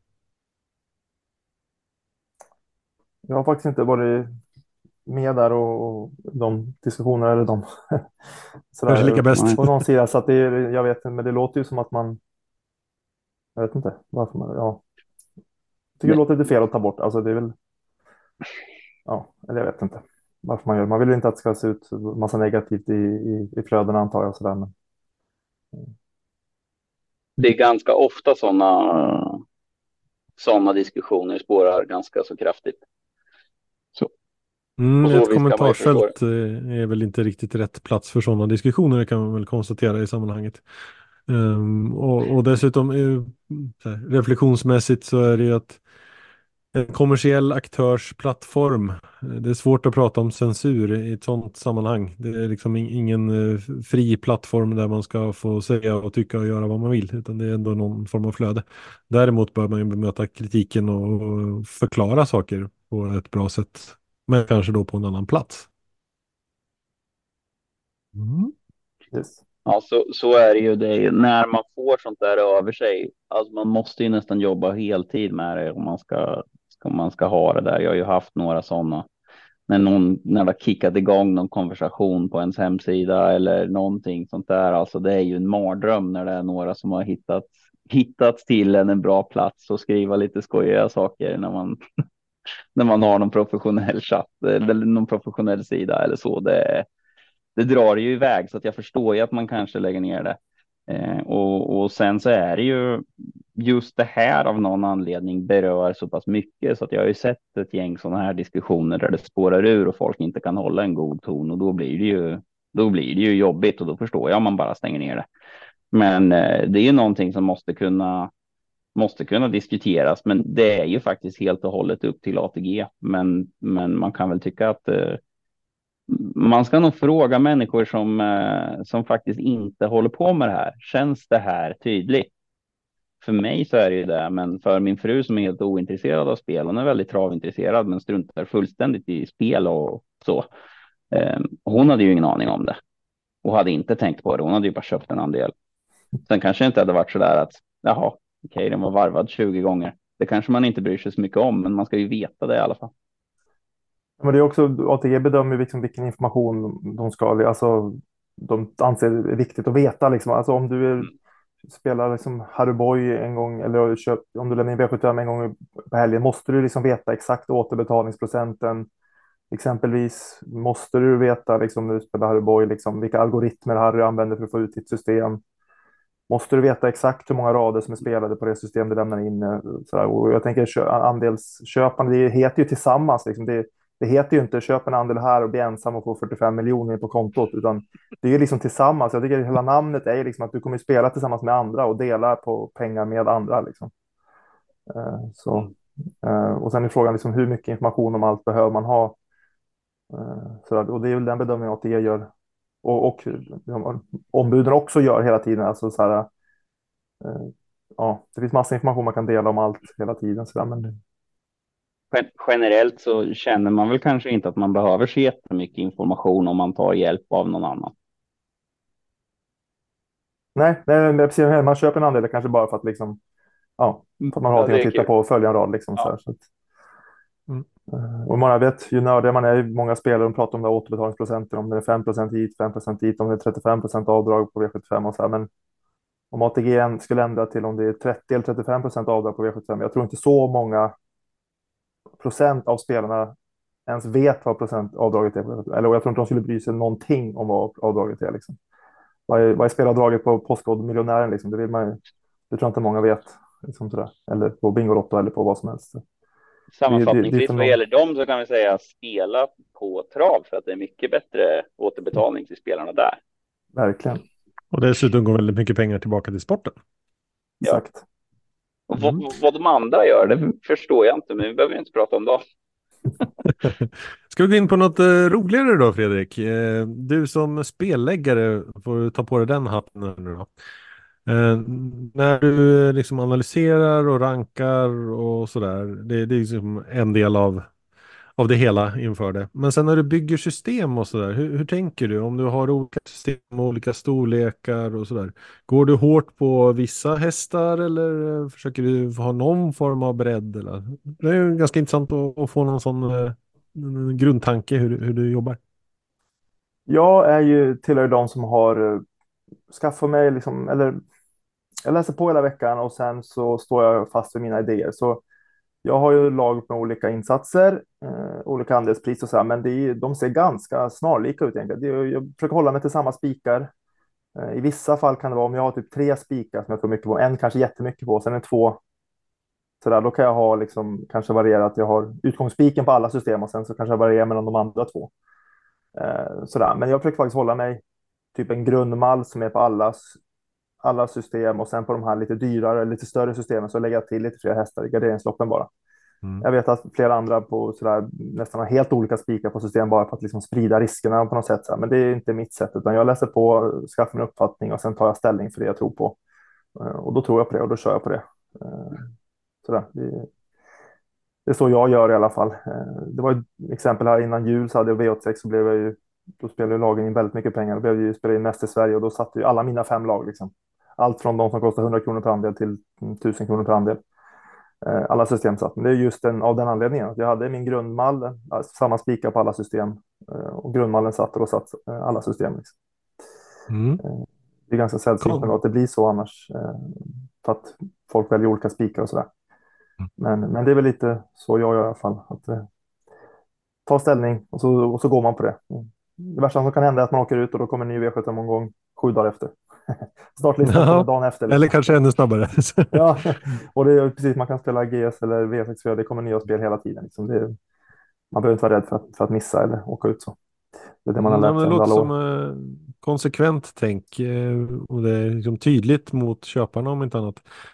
Jag har faktiskt inte varit med där och de diskussioner eller de Kanske lika bäst. på någon sida, så att jag vet inte, men det låter ju som att jag vet inte varför jag tycker det låter lite fel att ta bort, alltså det är väl eller jag vet inte. varför man gör det. Man vill ju inte att det ska se ut massa negativt i flödena antar jag. Sådär. Men, Det är ganska ofta sådana diskussioner spårar ganska så kraftigt. Så på så Ett vis kan man ju förstå det. kommentarsfält är väl inte riktigt rätt plats för sådana diskussioner, kan man väl konstatera i sammanhanget. Och dessutom så här, reflektionsmässigt så är det ju att en kommersiell aktörs plattform, det är svårt att prata om censur i ett sådant sammanhang. Det är liksom ingen fri plattform där man ska få säga och tycka och göra vad man vill, utan det är ändå någon form av flöde. Däremot bör man ju bemöta kritiken och förklara saker på ett bra sätt, men kanske då på en annan plats. Mm. yes. Ja, så är det ju. Det är, när man får sånt där över sig, alltså man måste ju nästan jobba heltid med det om man ska ha det där. Jag har ju haft några sådana. När det har kickat igång någon konversation på ens hemsida eller någonting sånt där. Alltså det är ju en mardröm när det är några som har hittat till en bra plats och skriva lite skojiga saker när man har någon professionell chatt eller någon professionell sida eller så. Det drar ju iväg, så att jag förstår ju att man kanske lägger ner det. Och sen så är det ju just det här av någon anledning berör så pass mycket, så att jag har ju sett ett gäng sådana här diskussioner där det spårar ur och folk inte kan hålla en god ton, och då blir det ju jobbigt, och då förstår jag om man bara stänger ner det. Men det är ju någonting som måste kunna diskuteras, men det är ju faktiskt helt och hållet upp till ATG. Men man kan väl tycka att man ska nog fråga människor som faktiskt inte håller på med det här. Känns det här tydligt? För mig så är det ju det, men för min fru som är helt ointresserad av spel, hon är väldigt travintresserad men struntar fullständigt i spel och så. Hon hade ju ingen aning om det och hade inte tänkt på det. Hon hade ju bara köpt en andel. Sen kanske inte hade varit så där att jaha, okej, den var varvad 20 gånger. Det kanske man inte bryr sig så mycket om, men man ska ju veta det i alla fall. Men det är också, ATG bedömer liksom vilken information de ska, alltså de anser det viktigt att veta liksom. Alltså om du spelar liksom Harry Boy en gång eller om du lämnar in V75 en gång på helgen, måste du liksom veta exakt återbetalningsprocenten. Exempelvis måste du veta liksom när du spelar Harry Boy liksom vilka algoritmer Harry använder för att få ut ditt system. Måste du veta exakt hur många rader som är spelade på det system du lämnar in. Sådär. Och jag tänker andelsköpande, det heter ju tillsammans. Liksom. Det heter ju inte köp en andel här och bli ensam och få 45 miljoner på kontot. Utan det är ju liksom tillsammans. Jag tycker hela namnet är ju liksom att du kommer spela tillsammans med andra och dela på pengar med andra. Liksom. Och sen är frågan liksom, hur mycket information om allt behöver man ha. Och det är väl den bedömningen att det gör. Och ombuden också gör hela tiden. Alltså så här, ja, det finns massa information man kan dela om allt hela tiden. Så där, men... Generellt så känner man väl kanske inte att man behöver så jättemycket information om man tar hjälp av någon annan. Nej, precis. Man köper en andel kanske bara för att liksom, ja, för att man har någonting att titta på och följa en rad. Liksom, ja. Så här, så att, och man vet, ju nördigare man är, många spelare de pratar om det återbetalningsprocenten, om det är 5% hit, 5% hit, om det är 35% avdrag på V75 och så här, men om ATG skulle ändra till om det är 30 eller 35% avdrag på V75, jag tror inte så många procent av spelarna ens vet vad procent avdraget är. Eller jag tror inte de skulle bry sig någonting om vad avdraget är. Liksom. Vad är spelavdraget på Postkodmiljonären? Liksom? Det tror jag inte många vet. Liksom sådär. Eller på Bingolotto eller på vad som helst. Sammanfattningsvis vad gäller dem så kan vi säga spela på trav, för att det är mycket bättre återbetalning till spelarna där. Verkligen. Och dessutom går väldigt mycket pengar tillbaka till sporten. Exakt. Ja. Och vad de andra gör, det förstår jag inte, men vi behöver inte prata om det. Ska vi gå in på något roligare då, Fredrik? Du som spelläggare får ta på dig den hatten nu då. När du liksom analyserar och rankar och sådär, det är liksom en del av det hela inför det. Men sen när du bygger system och sådär, hur tänker du? Om du har olika system och olika storlekar och sådär. Går du hårt på vissa hästar eller försöker du ha någon form av bredd? Eller? Det är ju ganska intressant att få någon sån grundtanke hur du jobbar. Jag är ju tillhör de som har skaffat mig liksom, eller jag läser på hela veckan och sen så står jag fast vid mina idéer. Så jag har ju lag med olika insatser, olika andelspris och så här, men de ser ganska snarlika ut egentligen. Jag försöker hålla mig till samma spikar. I vissa fall kan det vara om jag har typ 3 spikar som jag tror mycket på, en kanske jättemycket på, sen är 2 sådär, då kan jag ha liksom kanske varierat. Jag har utgångsspiken på alla system och sen så kanske jag varierar mellan de andra 2. Sådär. Men jag försöker faktiskt hålla mig typ en grundmall som är på alla system och sen på de här lite dyrare, lite större systemen så lägger jag till lite fler hästar i garderingsloppen bara. Jag vet att flera andra på sådär, nästan har helt olika spikar på system bara för att liksom sprida riskerna på något sätt. Sådär. Men det är inte mitt sätt, utan jag läser på, skaffar min uppfattning och sen tar jag ställning för det jag tror på. Och då tror jag på det och då kör jag på det. Sådär. Det är så jag gör i alla fall. Det var ett exempel här innan jul så hade jag V86 så blev jag ju, då spelade lagen in väldigt mycket pengar. Då blev jag ju spelade in mest i Sverige och då satte ju alla mina 5 lag liksom. Allt från de som kostar 100 kronor per andel till 1000 kronor per andel. Alla system satt. Men det är just av den anledningen. Jag hade min grundmall, samma spikar på alla system. Och grundmallen satt och då satt alla system. Liksom. Mm. Det är ganska sällsynt att det blir så annars. För att folk väljer olika spikar och sådär. Men det är väl lite så jag gör i alla fall. Att ta ställning och så går man på det. Det värsta som kan hända är att man åker ut och då kommer en ny V75-omgång 7 dagar efter. Startlistan kommer dagen efter. Liksom. Eller kanske ännu snabbare. Ja, och det är precis, man kan spela GS eller V64, det kommer nya spel hela tiden. Liksom. Man behöver inte vara rädd för att missa eller åka ut så. Det är det man har lärt sig Det under låter alla år. som konsekvent tänk och det är liksom tydligt mot köparna om inte annat.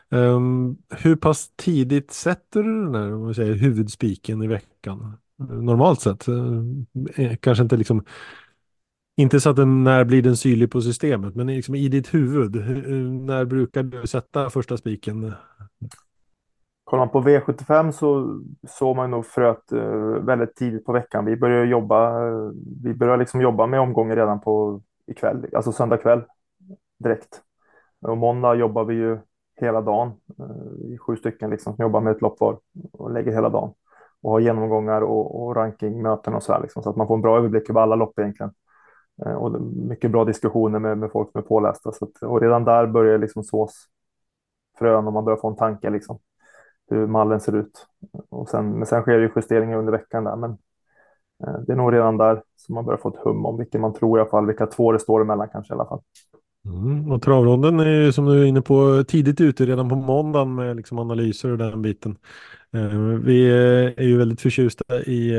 Hur pass tidigt sätter du den här om vi säger, huvudspiken i veckan? Normalt sett. Kanske inte liksom inte så att när blir den synlig på systemet, men liksom i ditt huvud. När brukar du sätta första spiken? Kollar man på V75 så såg man nog fröet väldigt tidigt på veckan. Vi börjar liksom jobba med omgången redan på ikväll, alltså söndag kväll direkt. Och måndag jobbar vi ju hela dagen i 7 stycken liksom, som jobbar med ett lopp var och lägger hela dagen. Och har genomgångar och rankingmöten och så här liksom, så att man får en bra överblick över alla lopp egentligen. Och mycket bra diskussioner med folk som är pålästa. Så att, och redan där börjar liksom sås frön och man börjar få en tanke liksom hur mallen ser ut. Men sen sker det ju justeringar under veckan där. Men det är nog redan där som man börjar få ett hum om vilken man tror i alla fall, vilka 2 det står emellan kanske i alla fall. Och travronden är ju som du är inne på tidigt ute redan på måndagen med liksom analyser och den biten. Vi är ju väldigt förtjusta i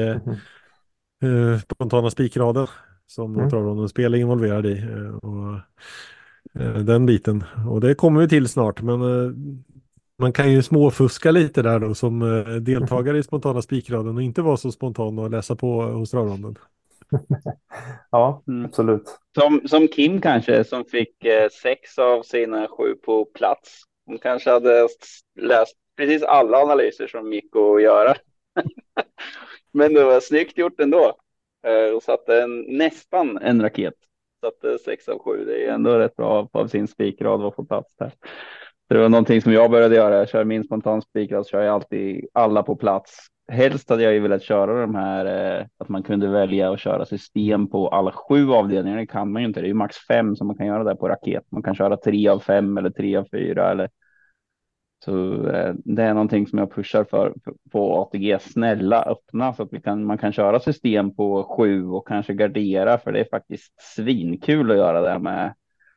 spontana spikraden som travronden spel är involverad i. Och den biten. Och det kommer vi till snart, men man kan ju småfuska lite där då som deltagare i spontana spikraden och inte vara så spontan och läsa på hos travronden. Ja, absolut. Som Kim kanske, som fick 6 av sina 7 på plats. Hon kanske hade läst precis alla analyser som gick att göra. Men det var snyggt gjort ändå. Och satte nästan en raket. Satte 6 av 7. Det är ändå rätt bra av sin spikrad att få plats där. Det var någonting som jag började göra. Jag kör min spontan spikrad, så kör jag alltid alla på plats. Helst hade jag ju velat köra de här, att man kunde välja att köra system på alla 7 avdelningar. Det kan man ju inte. Det är ju max 5 som man kan göra där på raket. Man kan köra 3 av 5 eller 3 av 4 eller så. Det är någonting som jag pushar för på ATG. Snälla öppna så att man kan köra system på 7 och kanske gardera, för det är faktiskt svinkul att göra det med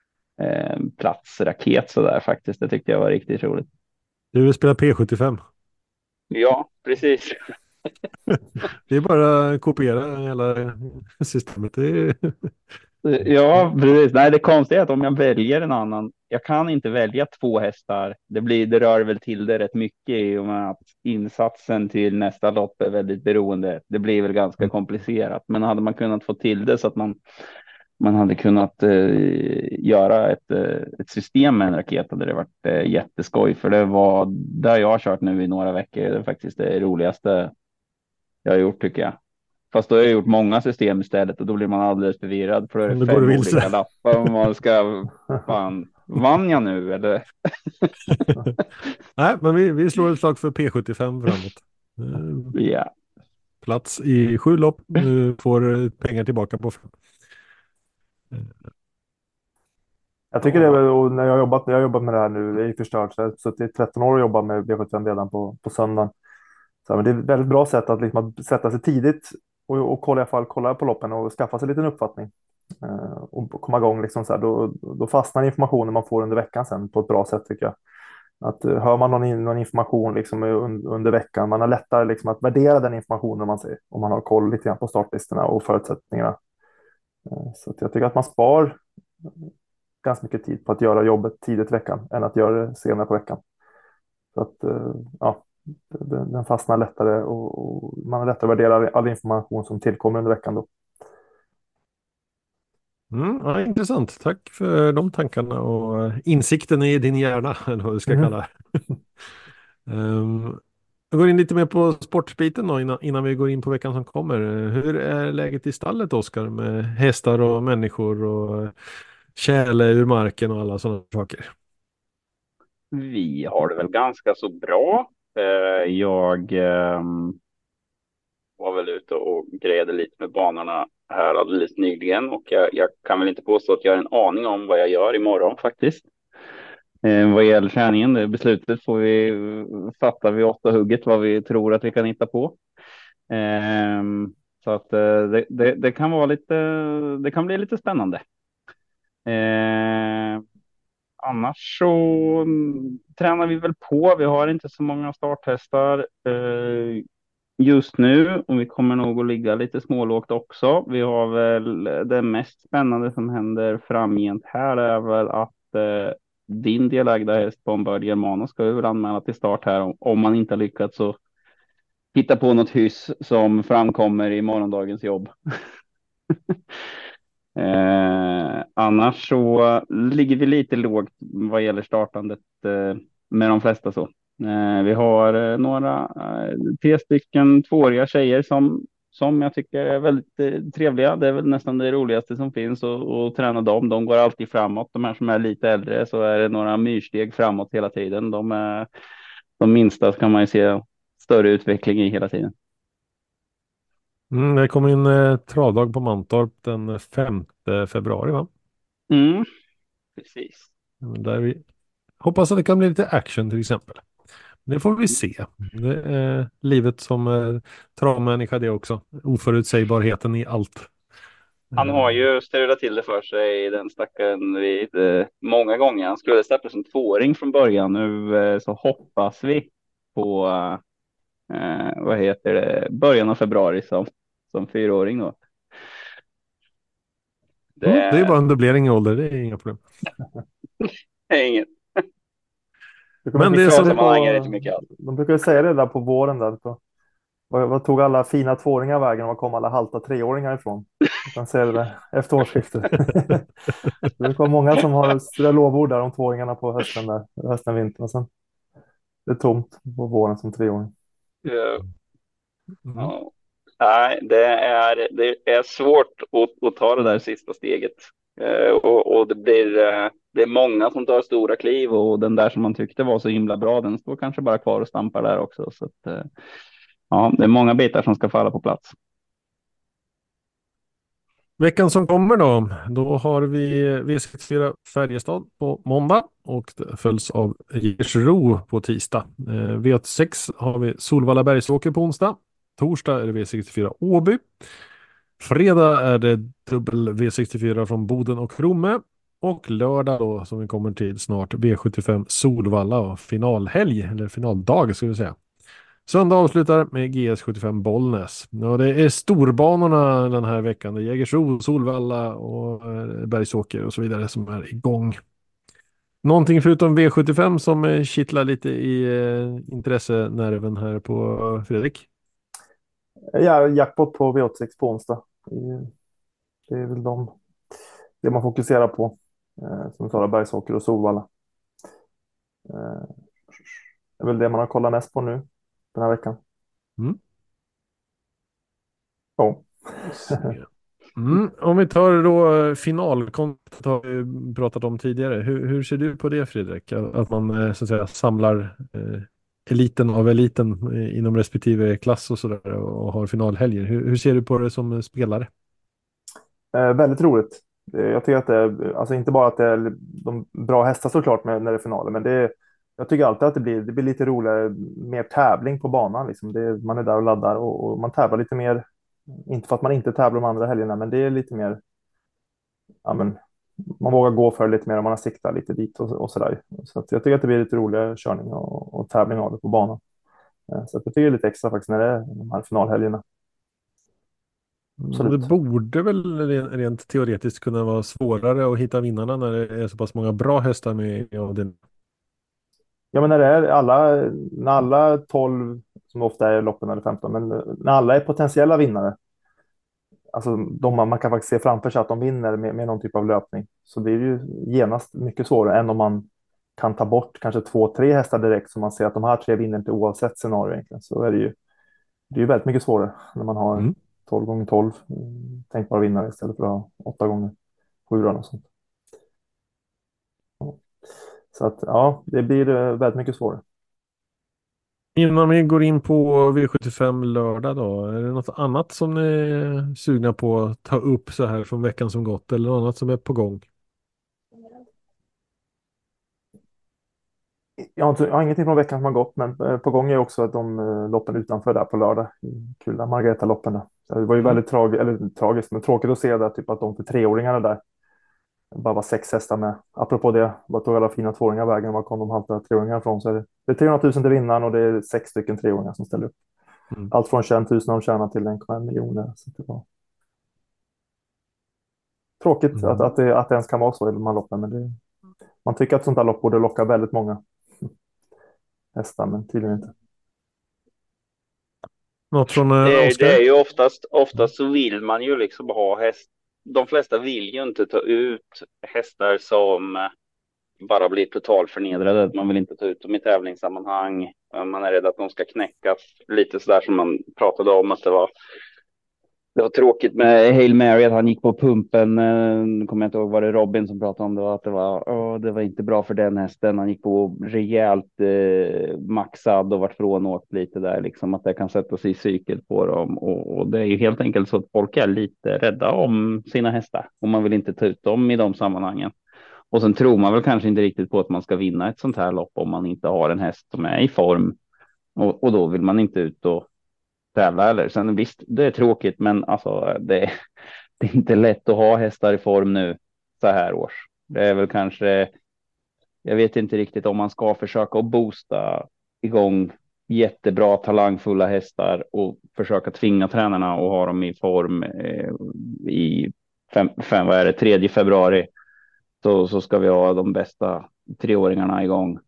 platsraket så där faktiskt. Det tyckte jag var riktigt roligt. Du vill spela P75? Ja, precis. Det är bara att kopiera hela systemet. Ja, precis. Nej, det konstiga är att om jag väljer en annan, jag kan inte välja 2 hästar. Det rör väl till det rätt mycket i och med att insatsen till nästa lopp är väldigt beroende. Det blir väl ganska komplicerat, men hade man kunnat få till det så att man hade kunnat göra ett system med en raket, hade det varit jätteskoj, för det var där jag har kört nu i några veckor. Det är faktiskt det roligaste jag har gjort, tycker jag. Fast då har jag gjort många system istället och då blir man alldeles förvirrad, för då är det 5 olika lappar och man ska vann jag nu eller? Nej, men vi slår ett slag för P75 framåt. Ja. Plats i 7 lopp, nu får pengar tillbaka på 5. Jag tycker det är väl, och när jag har jobbat med det här nu, det är ju förstört, så det är 13 år att jobba med V75 redan på söndagen. Så, men det är ett väldigt bra sätt att, liksom, att sätta sig tidigt och kolla, i alla fall, kolla på loppen och skaffa sig en liten uppfattning. Och komma igång liksom så här, då fastnar informationen man får under veckan sen på ett bra sätt tycker jag. Att hör man någon information liksom under veckan, man har lättare liksom att värdera den informationen man ser, om man har koll lite grann på startlistorna och förutsättningarna. Så att jag tycker att man spar ganska mycket tid på att göra jobbet tidigt i veckan än att göra det senare på veckan. Så att ja, den fastnar lättare och man har lättare att värdera all information som tillkommer under veckan då. Ja, intressant. Tack för de tankarna och insikten i din hjärna, eller vad du ska kalla det. Jag går in lite mer på sportbiten då, innan vi går in på veckan som kommer. Hur är läget i stallet, Oskar, med hästar och människor och tjäle ur marken och alla sådana saker? Vi har det väl ganska så bra. Jag var väl ute och grejade lite med banorna här alldeles nyligen och jag kan väl inte påstå att jag har en aning om vad jag gör imorgon faktiskt. Vad gäller träningen, det beslutet får vi fatta vid 8-hugget vad vi tror att vi kan hitta på. Så att det kan vara det kan bli lite spännande. Annars så tränar vi väl på. Vi har inte så många starthästar just nu och vi kommer nog att ligga lite smålågt också. Vi har väl det mest spännande som händer framgent här är väl att din delägda häst Bombard Germano ska vi väl anmäla till start här om man inte har lyckats så hitta på något hyss som framkommer i morgondagens jobb. Annars så ligger vi lite lågt vad gäller startandet med de flesta så. Vi har några 3 stycken tvååriga tjejer som jag tycker är väldigt trevliga. Det är väl nästan det roligaste som finns att träna dem. De går alltid framåt. De här som är lite äldre så är det några myrsteg framåt hela tiden. De minsta kan man ju se större utveckling i hela tiden. Det kommer in travdag på Mantorp den 5 februari, va? Precis. Där vi hoppas att det kan bli lite action till exempel. Det får vi se. Det är livet som travmänniska det också. Oförutsägbarheten i allt. Han har ju strulat till det för sig den stackaren vid många gånger. Han skulle starta som tvååring från början. Nu så hoppas vi på början av februari som 4-åring då. Det är bara en dubblering i ålder, det är inga problem. Det är inget. Men det är som de brukar ju säga det där på våren där. Vad tog alla fina tvååringar vägen och var kom alla halta treåringar ifrån? Jag kan säga det där efter årsskiftet. Det var många som har lovord där om tvååringarna på hösten, vintern och sen det är tomt på våren som treåring. Ja. Nej, det är svårt att ta det där sista steget. Och det är många som tar stora kliv och den där som man tyckte var så himla bra, den står kanske bara kvar och stampar där också. Så att, ja, det är många bitar som ska falla på plats. Veckan som kommer då har vi V64 Färjestad på måndag och det följs av Jägersro på tisdag. V86 har vi Solvalla Bergsåker på onsdag. Torsdag är det V64 Åby. Fredag är det dubbel V64 från Boden och Romme. Och lördag då, som vi kommer till snart, V75 Solvalla och finalhelg, eller finaldag ska vi säga. Söndag avslutar med GS75 Bollnäs. Ja, det är storbanorna den här veckan. Det är Jägersro, Solvalla och Bergsåker och så vidare som är igång. Någonting förutom V75 som kittlar lite i intressenerven här på Fredrik? Ja, jackpot på V86 på onsdag. Det är väl det man fokuserar på. Som talar Bergsåker och Solvalla. Det är väl det man har kollat mest på nu den här veckan. Ja. Om vi tar då finalkontot har vi pratat om tidigare. Hur ser du på det, Fredrik? Att man så att säga samlar eliten av eliten inom respektive klass och sådär och har finalhelger. Hur ser du på det som spelare? Väldigt roligt. Jag tycker att det är, alltså inte bara att det är de bra hästar såklart när det är finaler, men det jag tycker alltid att det blir lite roligare, mer tävling på banan. Liksom. Man är där och laddar och man tävlar lite mer. Inte för att man inte tävlar de andra helgerna, men det är lite mer, ja, men, man vågar gå för lite mer om man har siktat lite dit och sådär. Så att jag tycker att det blir lite roligare körning och tävling av det på banan. Så att jag tycker det är lite extra faktiskt när det är de här finalhelgerna. Det Absolut. borde väl rent teoretiskt kunna vara svårare att hitta vinnarna när det är så pass många bra hästar med i avdelningen. Ja, men när alla 12, som ofta är loppen, eller 15, men när alla är potentiella vinnare, alltså man kan faktiskt se framför sig att de vinner med någon typ av löpning, så det är ju genast mycket svårare än om man kan ta bort kanske 2-3 hästar direkt, så man ser att de här 3 vinner inte oavsett scenario egentligen. Så är det är ju väldigt mycket svårare när man har Mm. 12 gånger 12 tänkbara vinnare istället för att ha 8 gånger 7 och sånt. Ja. Så att ja, det blir väldigt mycket svårare. Innan vi går in på V75 lördag då, är det något annat som ni är sugna på att ta upp så här från veckan som gått eller något annat som är på gång? Jag har ingenting från veckan som har gått, men på gång är också att de loppen utanför där på lördag. Kul, Margareta-loppen där. Det var ju Mm. väldigt tragiskt, men tråkigt att se där, typ att de för 3-åringarna där bara var 6 hästar med. Apropå det, vad tog alla fina 2-åringar vägen? Var kom de halta 3-åringar från? Så det är 300 000 till vinnaren och det är 6 stycken 3-åringar som ställer upp. Mm. Allt från 21 000 de tjänar till 1,1 miljoner. Så det var tråkigt Mm. att det ens kan vara så i de här loppen, men man tycker att sånt här lopp borde locka väldigt många hästar, men tydligen inte. Något från Det är Oskar? ju oftast så vill man ju liksom ha häst. De flesta vill ju inte ta ut hästar som bara blir totalförnedrade. Man vill inte ta ut dem i tävlingssammanhang. Man är rädd att de ska knäckas. Lite sådär som man pratade om att det var tråkigt med Hail Mary, att han gick på pumpen. Nu kommer jag inte ihåg vad det Robin som pratade om det, att det var inte bra för den hästen. Han gick på rejält maxad och vart frånåkt lite där, liksom att det kan sätta sig i cykel på dem. Och det är ju helt enkelt så att folk är lite rädda om sina hästar och man vill inte ta ut dem i de sammanhangen. Och sen tror man väl kanske inte riktigt på att man ska vinna ett sånt här lopp om man inte har en häst som är i form. Och då vill man inte ut och tävla eller. Sen visst, det är tråkigt, men alltså det är inte lätt att ha hästar i form nu så här års. Det är väl kanske, jag vet inte riktigt om man ska försöka att boosta igång jättebra talangfulla hästar och försöka tvinga tränarna att ha dem i form i 3 februari. Så ska vi ha de bästa 3-åringarna igång.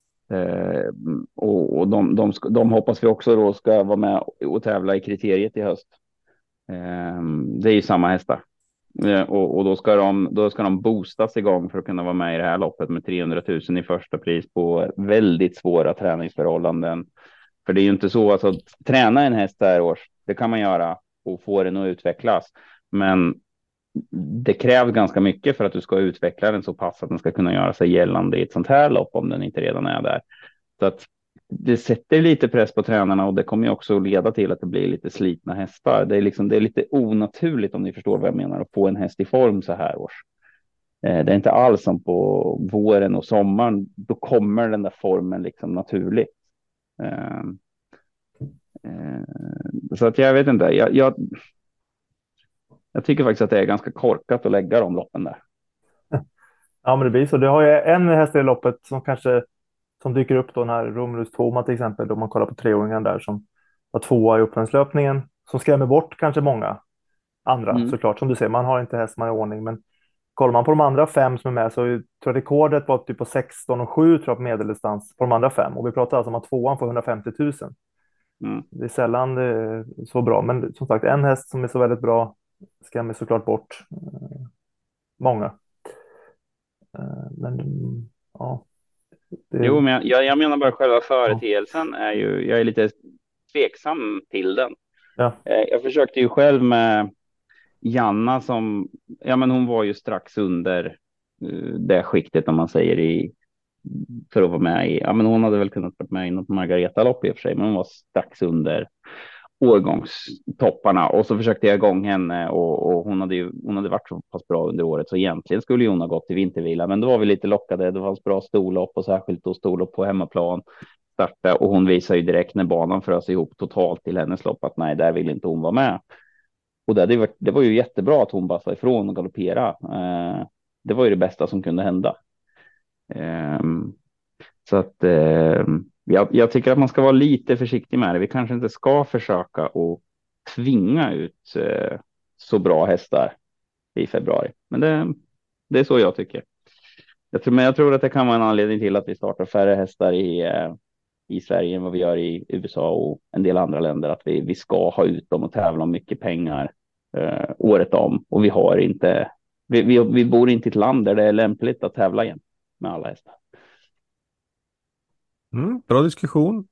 Och de hoppas vi också då ska vara med och tävla i kriteriet i höst. Det är ju samma hästar. Och då ska de boostas igång för att kunna vara med i det här loppet med 300 000 i första pris på väldigt svåra träningsförhållanden. För det är ju inte så att träna en häst här års, det kan man göra och få den att utvecklas. Men det krävs ganska mycket för att du ska utveckla den så pass att den ska kunna göra sig gällande i ett sånt här lopp om den inte redan är där. Så att det sätter lite press på tränarna och det kommer ju också leda till att det blir lite slitna hästar. Det är lite onaturligt, om ni förstår vad jag menar, att få en häst i form så här års. Det är inte alls som på våren och sommaren. Då kommer den där formen liksom naturligt. Så att jag vet inte. Jag tycker faktiskt att det är ganska korkat att lägga de loppen där. Ja, men det blir så. Det har ju en häst i loppet som dyker upp då, den här Romulus Toma till exempel, då man kollar på 3-åringen där som var 2:a i upplandslöpningen, som skrämmer bort kanske många andra, såklart. Som du säger, man har inte häst, man är i ordning, men kollar man på de andra 5 som är med, så tror jag rekordet var typ på 16,7 tror jag på medeldistans på de andra 5, och vi pratar alltså om att 2:an får 150 000. Det är sällan det är så bra, men som sagt, en häst som är så väldigt bra skrämmer såklart bort många. Men ja. Jo, men jag menar bara själva företeelsen är ju, jag är lite tveksam till den. Ja. Jag försökte ju själv med Janna som, ja men hon var ju strax under det skiktet om man säger för att vara med i, ja men hon hade väl kunnat vara med i något Margareta-lopp i och för sig, men hon var strax under. årgångstopparna, och så försökte jag igång henne, och hon hade varit så pass bra under året, så egentligen skulle hon ha gått till vintervila, men då var vi lite lockade. Det fanns bra storlopp, och särskilt då storlopp på hemmaplan starta, och hon visar ju direkt när banan frös ihop totalt till hennes lopp att nej, där vill inte hon vara med. Och det var ju jättebra att hon bara sa ifrån och galoppera. Det var ju det bästa som kunde hända. Så att jag tycker att man ska vara lite försiktig med det. Vi kanske inte ska försöka att tvinga ut så bra hästar i februari. Men det är så jag tycker. Men jag tror att det kan vara en anledning till att vi startar färre hästar i Sverige än vad vi gör i USA och en del andra länder. Att vi ska ha ut dem och tävla om mycket pengar året om. Och vi har inte, vi bor inte i ett land där det är lämpligt att tävla igen med alla hästar. Bra diskussion.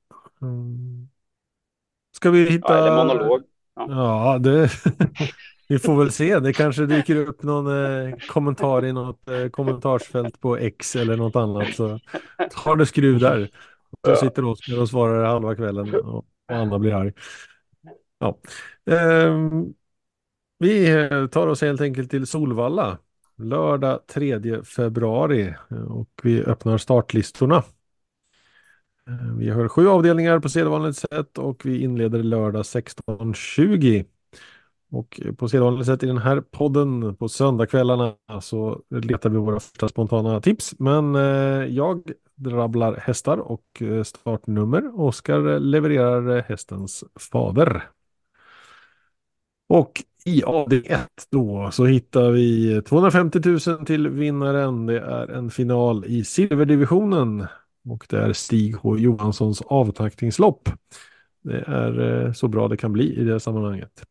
Ska vi hitta... Ja, eller monolog. Ja, vi får väl se. Det kanske dyker upp någon kommentar i något kommentarsfält på X eller något annat. Så tar det skruv där. Så sitter Oskar och svarar halva kvällen och Anna blir arg. Ja. Vi tar oss helt enkelt till Solvalla lördag 3 februari och vi öppnar startlistorna. Vi har 7 avdelningar på sedvanligt sätt och vi inleder lördag 16:20. Och på sedvanligt sätt i den här podden på söndagskvällarna så letar vi våra första spontana tips. Men jag drabblar hästar och startnummer. Oskar levererar hästens fader. Och i avdelning 1 då så hittar vi 250 000 till vinnaren. Det är en final i silverdivisionen. Och det är Stig H. Johanssons avtackningslopp. Det är så bra det kan bli i det sammanhanget.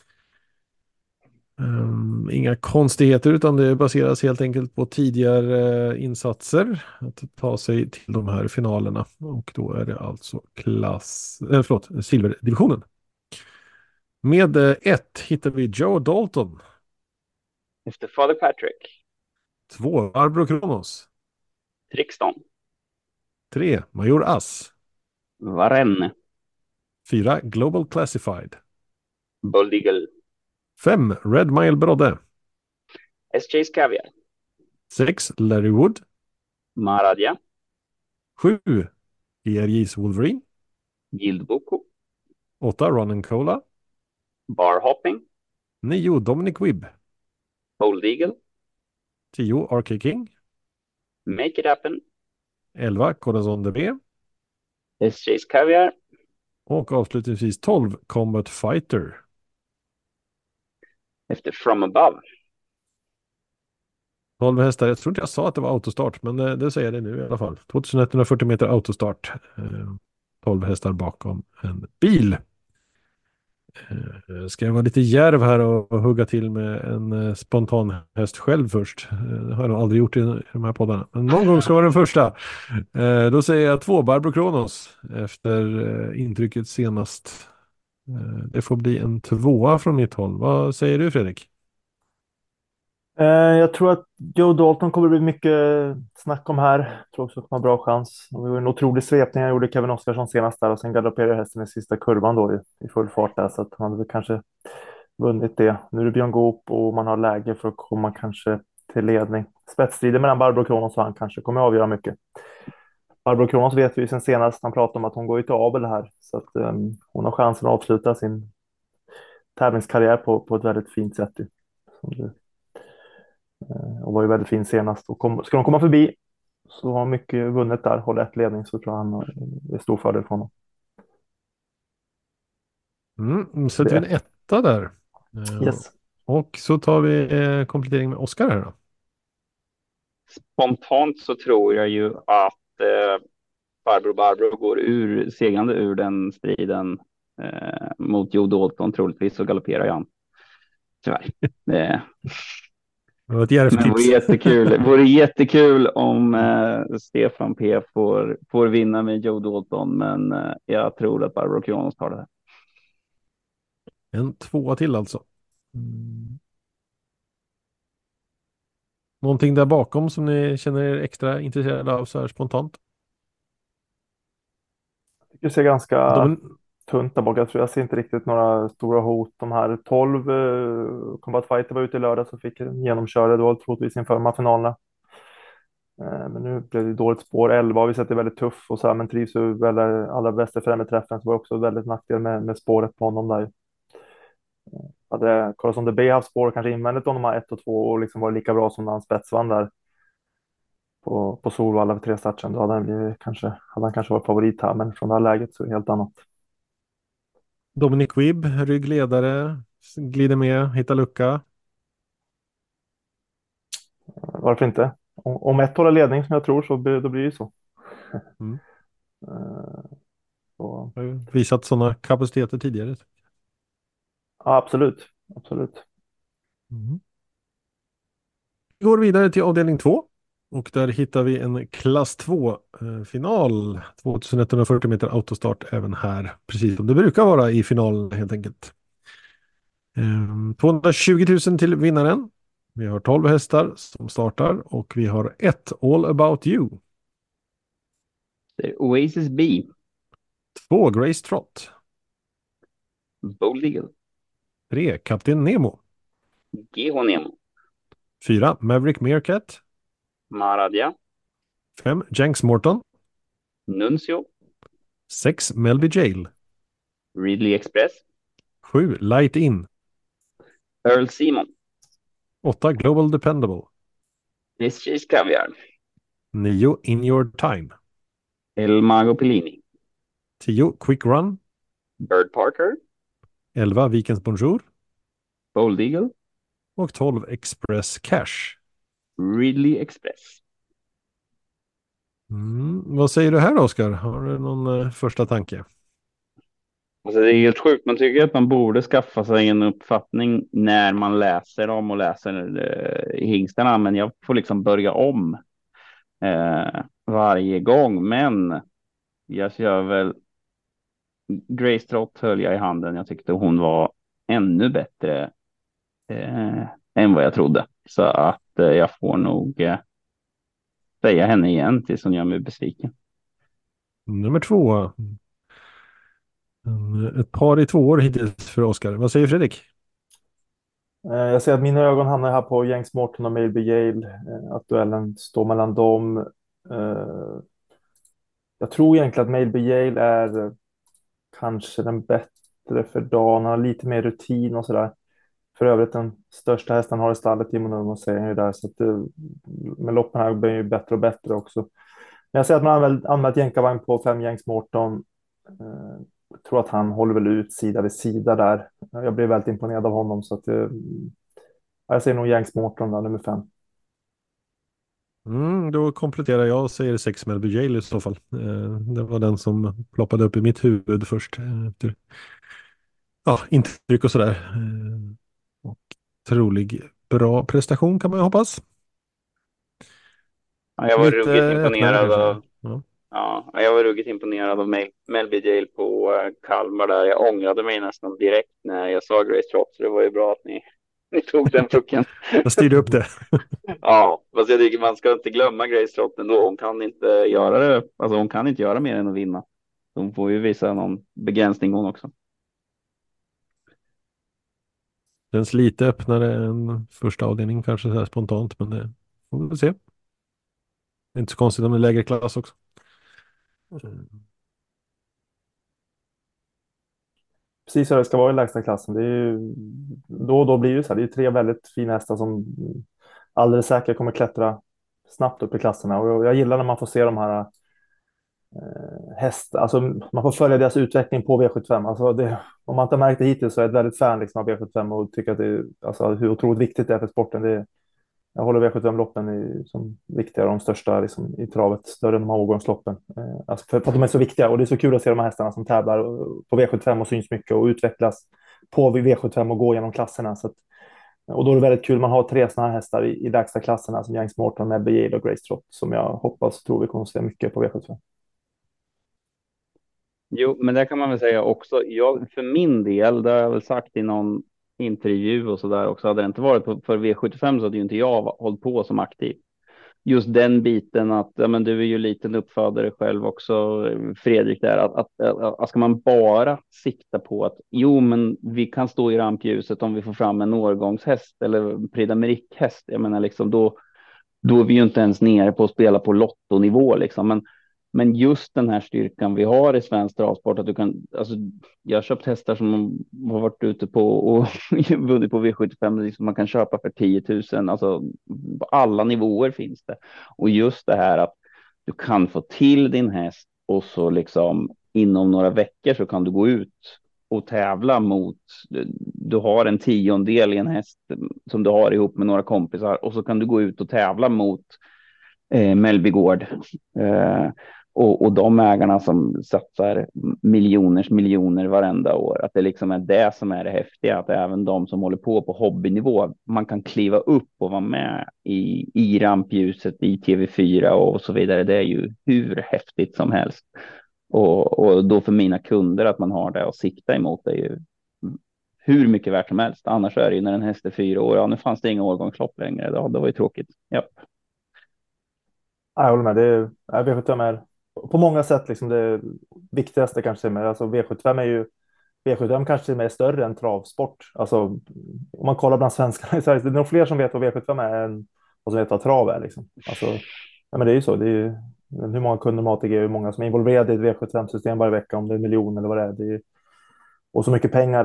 Inga konstigheter utan det baseras helt enkelt på tidigare insatser att ta sig till de här finalerna. Och då är det alltså silverdivisionen. Med 1 hittar vi Joe Dalton. Efter Father Patrick. 2 Barbro Kronos. Trixton. 3 Major Ass. Varenne. 4 Global Classified. Bold Eagle. 5 Red Mile Brodde. SJ's Caviar. 6 Larry Wood. Maradja. 7 ERJ's Wolverine. Guildboko. 8 Run and Cola. Bar Hopping. 9 Dominic Wibb. Bold Eagle. 10 RK King. Make It Happen. 11 Corazon de B. SJ's Caviar. Och avslutningsvis 12 Combat Fighter. Efter From Above. 12 hästar. Jag tror inte jag sa att det var autostart, men det säger det nu i alla fall. 2140 meter autostart. 12 hästar bakom en bil. Ska jag vara lite djärv här och hugga till med en spontan häst själv först? Det har jag aldrig gjort i de här poddarna. Men någon gång ska vara den första. Då säger jag 2 Barbro Kronos efter intrycket senast. Det får bli en 2 från mitt håll. Vad säger du, Fredrik? Jag tror att Joe Dalton kommer bli mycket snack om här. Jag tror också att han har bra chans. Det var en otrolig svepning han gjorde Kevin Oskarsson senast där och sen galopperade hästen i sista kurvan då i full fart där så att han hade väl kanske vunnit det. Nu är det Björn Goop och man har läge för att komma kanske till ledning. Spetsstriden mellan Barbro Kronos och han kanske kommer att avgöra mycket. Barbro Kronos vet vi ju sen senast han pratade om att hon går ju till Abel här så att hon har chansen att avsluta sin tävlingskarriär på ett väldigt fint sätt. Och var ju väldigt fin senast. Och ska de komma förbi så har mycket vunnet där. Håller 1 ledning så tror jag han är stor fördel för honom. Sätter vi en 1 där. Yes. Och så tar vi komplettering med Oskar här då. Spontant så tror jag ju att Barbro går segrande ur den striden mot Joe Dalton. Troligtvis så galopperar han. Tyvärr. Det var ett djärvt tips. Det vore jättekul om Stefan P får vinna med Joe Dalton, men jag tror att Barbro Kronos tar det här. En 2 till alltså. Någonting där bakom som ni känner er extra intresserade av så här spontant? Jag tycker det ser ganska... tunt där bak. Jag ser inte riktigt några stora hot. De här 12 Combat Fighter var ute i lördag så fick genomköra då troligtvis inför marginalerna. Men nu blev det dåligt spår. 11 har vi sett är väldigt tuff och så här, men trivs ju väl allra bäst i främre träffen, så var det också väldigt nackdel med spåret på honom där. Hade Carlos de B haft spår kanske invändigt om de här 1 och 2 och liksom var lika bra som när han spetsvann där på Solvalla för 3 starten, då hade han kanske varit favorit här, men från det här läget så är det helt annat. Dominic Wibb, ryggledare, glider med, hittar lucka. Varför inte? Om ett håller ledning som jag tror så då blir det ju så. Mm. Så. Jag har ju visat sådana kapaciteter tidigare. Ja, absolut. Absolut. Mm. Vi går vidare till avdelning 2. Och där hittar vi en klass 2-final. 2140 meter autostart även här. Precis som det brukar vara i final helt enkelt. 220 000 till vinnaren. Vi har 12 hästar som startar och vi har ett All About You. Det är Oasis B. 2 Grace Trot. Bold Eagle. 3 Kapten Nemo. GH Nemo. 4 Maverick Meerkat. Maradja. 5 Janks Morton. Nuncio. 6 Melby Jail. Ridley Express. 7 Light In. Earl Simon. 8 Global Dependable. This Cheese Caviar. 9 In Your Time. El Mago Pellini. 10 Quick Run. Bird Parker. 11 Weekends Bonjour. Bold Eagle. Och 12 Express Cash. Ridley Express. Vad säger du här, Oskar? Har du någon första tanke? Alltså det är helt sjukt. Man tycker att man borde skaffa sig en uppfattning när man läser dem och läser hingstarna. Men jag får liksom börja om varje gång. Men jag kör väl Grace Trott höll jag i handen. Jag tyckte hon var ännu bättre än vad jag trodde. Så att jag får nog säga henne igen tills hon gör mig besviken. Nummer 2. Ett par i 2 år hittills för Oskar. Vad säger Fredrik? Jag ser att mina ögon hamnar här på Janks Morton och Melby Yale. Att duellen står mellan dem. Jag tror egentligen att Melby Yale är kanske den bättre för dagen. Han har lite mer rutin och sådär. För övrigt den största hästen har i stallet, Timo Nurmos säger han ju där. Så att med loppen här blir ju bättre och bättre också. Men jag ser att man har använt jänkarvagn på 5 Janks Morton. Jag tror att han håller väl ut sida vid sida där. Jag blev väldigt imponerad av honom. Så att jag säger nog Janks Morton där, nummer 5. Då kompletterar jag och säger 6 Melby Jail i så fall. Det var den som ploppade upp i mitt huvud först. Efter intryck och sådär. Och trolig bra prestation kan man ju hoppas. Ja, jag var ruggigt imponerad av Ja. Ja, jag var ruggigt imponerad av Melby Jail på Kalmar där. Jag ångrade mig nästan direkt när jag sa Grace Trott, så det var ju bra att ni tog den pucken. Jag styrde upp det. Ja, fast jag tycker man ska inte glömma Grace Trott ändå. Hon kan inte göra det. Alltså hon kan inte göra mer än att vinna. Hon får ju visa någon begränsning hon också. Känns lite öppnare än första avdelning kanske så här spontant, men det får vi se. Det är inte så konstigt om det är lägre klass också. Precis så det ska vara i lägsta klassen. Det är ju, då och då blir det så här. Det är 3 väldigt fina hästar som alldeles säkert kommer klättra snabbt upp i klasserna. Och jag gillar när man får se de här hästar. Alltså man får följa deras utveckling på V75. Alltså om man inte har märkt det hittills så är jag ett väldigt fan liksom, av V75 och tycker att det är, alltså, hur otroligt viktigt det är för sporten. Jag håller V75-loppen som viktiga, de största liksom, i travet, större än de här årgångsloppen. Alltså för att de är så viktiga och det är så kul att se de här hästarna som tävlar på V75 och syns mycket och utvecklas på V75 och går genom klasserna. Så att, och då är det väldigt kul, man har 3 sådana här hästar i lägsta klasserna som Janks Morton, Melby Yale och Grace Trott som jag hoppas och tror vi kommer att se mycket på V75. Jo, men det kan man väl säga också. Jag, för min del, det har jag väl sagt i någon intervju och så där också, hade det inte varit för V75 så hade ju inte jag hållit på som aktiv. just den biten att ja, men du är ju liten uppfödare själv också, Fredrik, där att ska man bara sikta på att jo, men vi kan stå i rampljuset om vi får fram en årgångshäst eller Prix d'Amérique-häst. Jag menar liksom då är vi ju inte ens nere på att spela på lottonivå liksom. Men just den här styrkan vi har i svensk travsport, att du kan, alltså jag har köpt hästar som har varit ute på och vunnit på V75 liksom man kan köpa för 10 000, alltså på alla nivåer finns det. Och just det här att du kan få till din häst och så liksom inom några veckor så kan du gå ut och tävla mot, du har en 10-del i en häst som du har ihop med några kompisar och så kan du gå ut och tävla mot Mellby Gård. Och de ägarna som satsar miljoner varenda år, att det liksom är det som är det häftiga, att även de som håller på hobbynivå, man kan kliva upp och vara med i rampljuset, i TV4 och så vidare. Det är ju hur häftigt som helst. Och då för mina kunder att man har det att sikta emot, det är ju hur mycket värt som helst. Annars är det ju när en häst är 4 år, ja nu fanns det inga årgångslopp längre, det var ju tråkigt. Ja. Jag håller med. V75 är på många sätt liksom det viktigaste kanske med. Alltså V75 kanske är mer större än travsport. Alltså om man kollar bland svenskarna i Sverige, det är nog fler som vet vad V75 är än vad som vet vad trav är liksom. Alltså, ja, men det är ju så. Det är ju, hur många kunder med ATG, hur många som är involverade i ett V75-system varje vecka, om det är 1 miljon eller vad det är. Det är och så mycket pengar.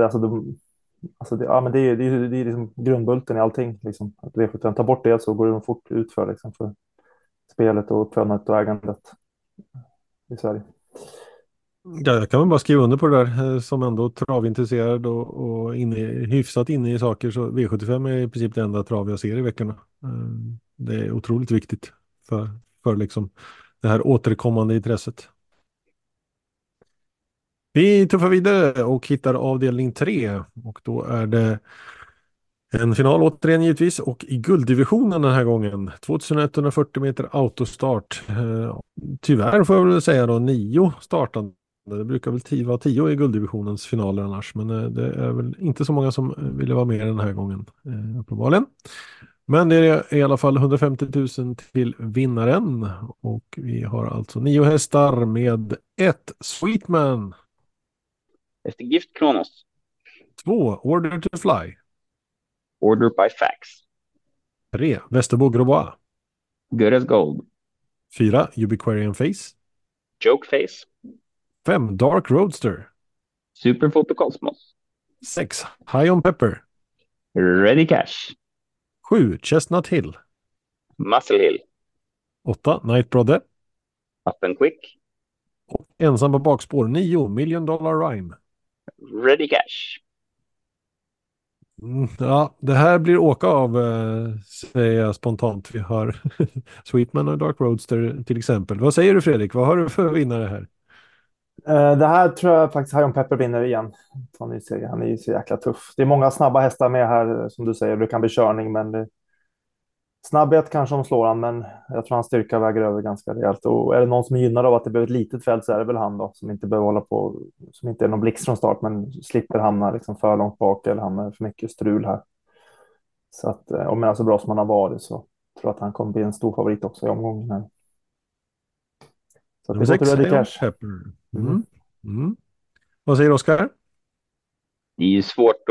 Ja, men det är liksom grundbulten i allting. Liksom. Att V75 tar bort det så går det fort ut för spelet och uppfödandet och ägandet i Sverige. Ja, jag kan väl bara skriva under på det där som ändå travintresserad och hyfsat inne i saker, så V75 är i princip det enda trav jag ser i veckorna. Det är otroligt viktigt för liksom det här återkommande intresset. Vi tuffar vidare och hittar avdelning 3 och då är det en final återigen givetvis, och i gulddivisionen den här gången 2140 meter autostart. Tyvärr får jag väl säga då 9 startande. Det brukar väl vara 10 i gulddivisionens finaler annars, men det är väl inte så många som ville vara med den här gången uppenbarligen. Men det är i alla fall 150 000 till vinnaren, och vi har alltså 9 hästar med 1 Sweetman, Efter Gift Kronos, 2 Order to Fly, Order by Fax, 3 Västerbo Grobois, Good as Gold, 4 Ubiquarian Face, Joke Face, 5 Dark Roadster, Super Photo Cosmos, 6 High on Pepper, Ready Cash, 7 Chestnut Hill, Muscle Hill, 8 Night Brodde, Up and Quick, och ensam på bakspår 9 Million Dollar Rhyme. Ready Cash. Ja, det här blir åka av, säger jag spontant. Vi har Sweetman och Dark Roadster till exempel. Vad säger du, Fredrik? Vad har du för vinnare här? Det här tror jag faktiskt High on Pepper vinner igen. Han är ju så jäkla tuff. Det är många snabba hästar med här, som du säger. Det kan bli körning, men snabbhet kanske de slår han, men jag tror hans styrka väger över ganska rejält. Och är det någon som är gynnad av att det behöver ett litet fält, så är det väl han då, som inte behöver hålla på, som inte är någon blixt från start, men slipper hamna liksom för långt bak eller hamna för mycket strul här. Så att om han är så bra som han har varit, så tror jag att han kommer bli en stor favorit också i omgången här. Så det går till Ready Cash. Vad säger Oskar? Det är ju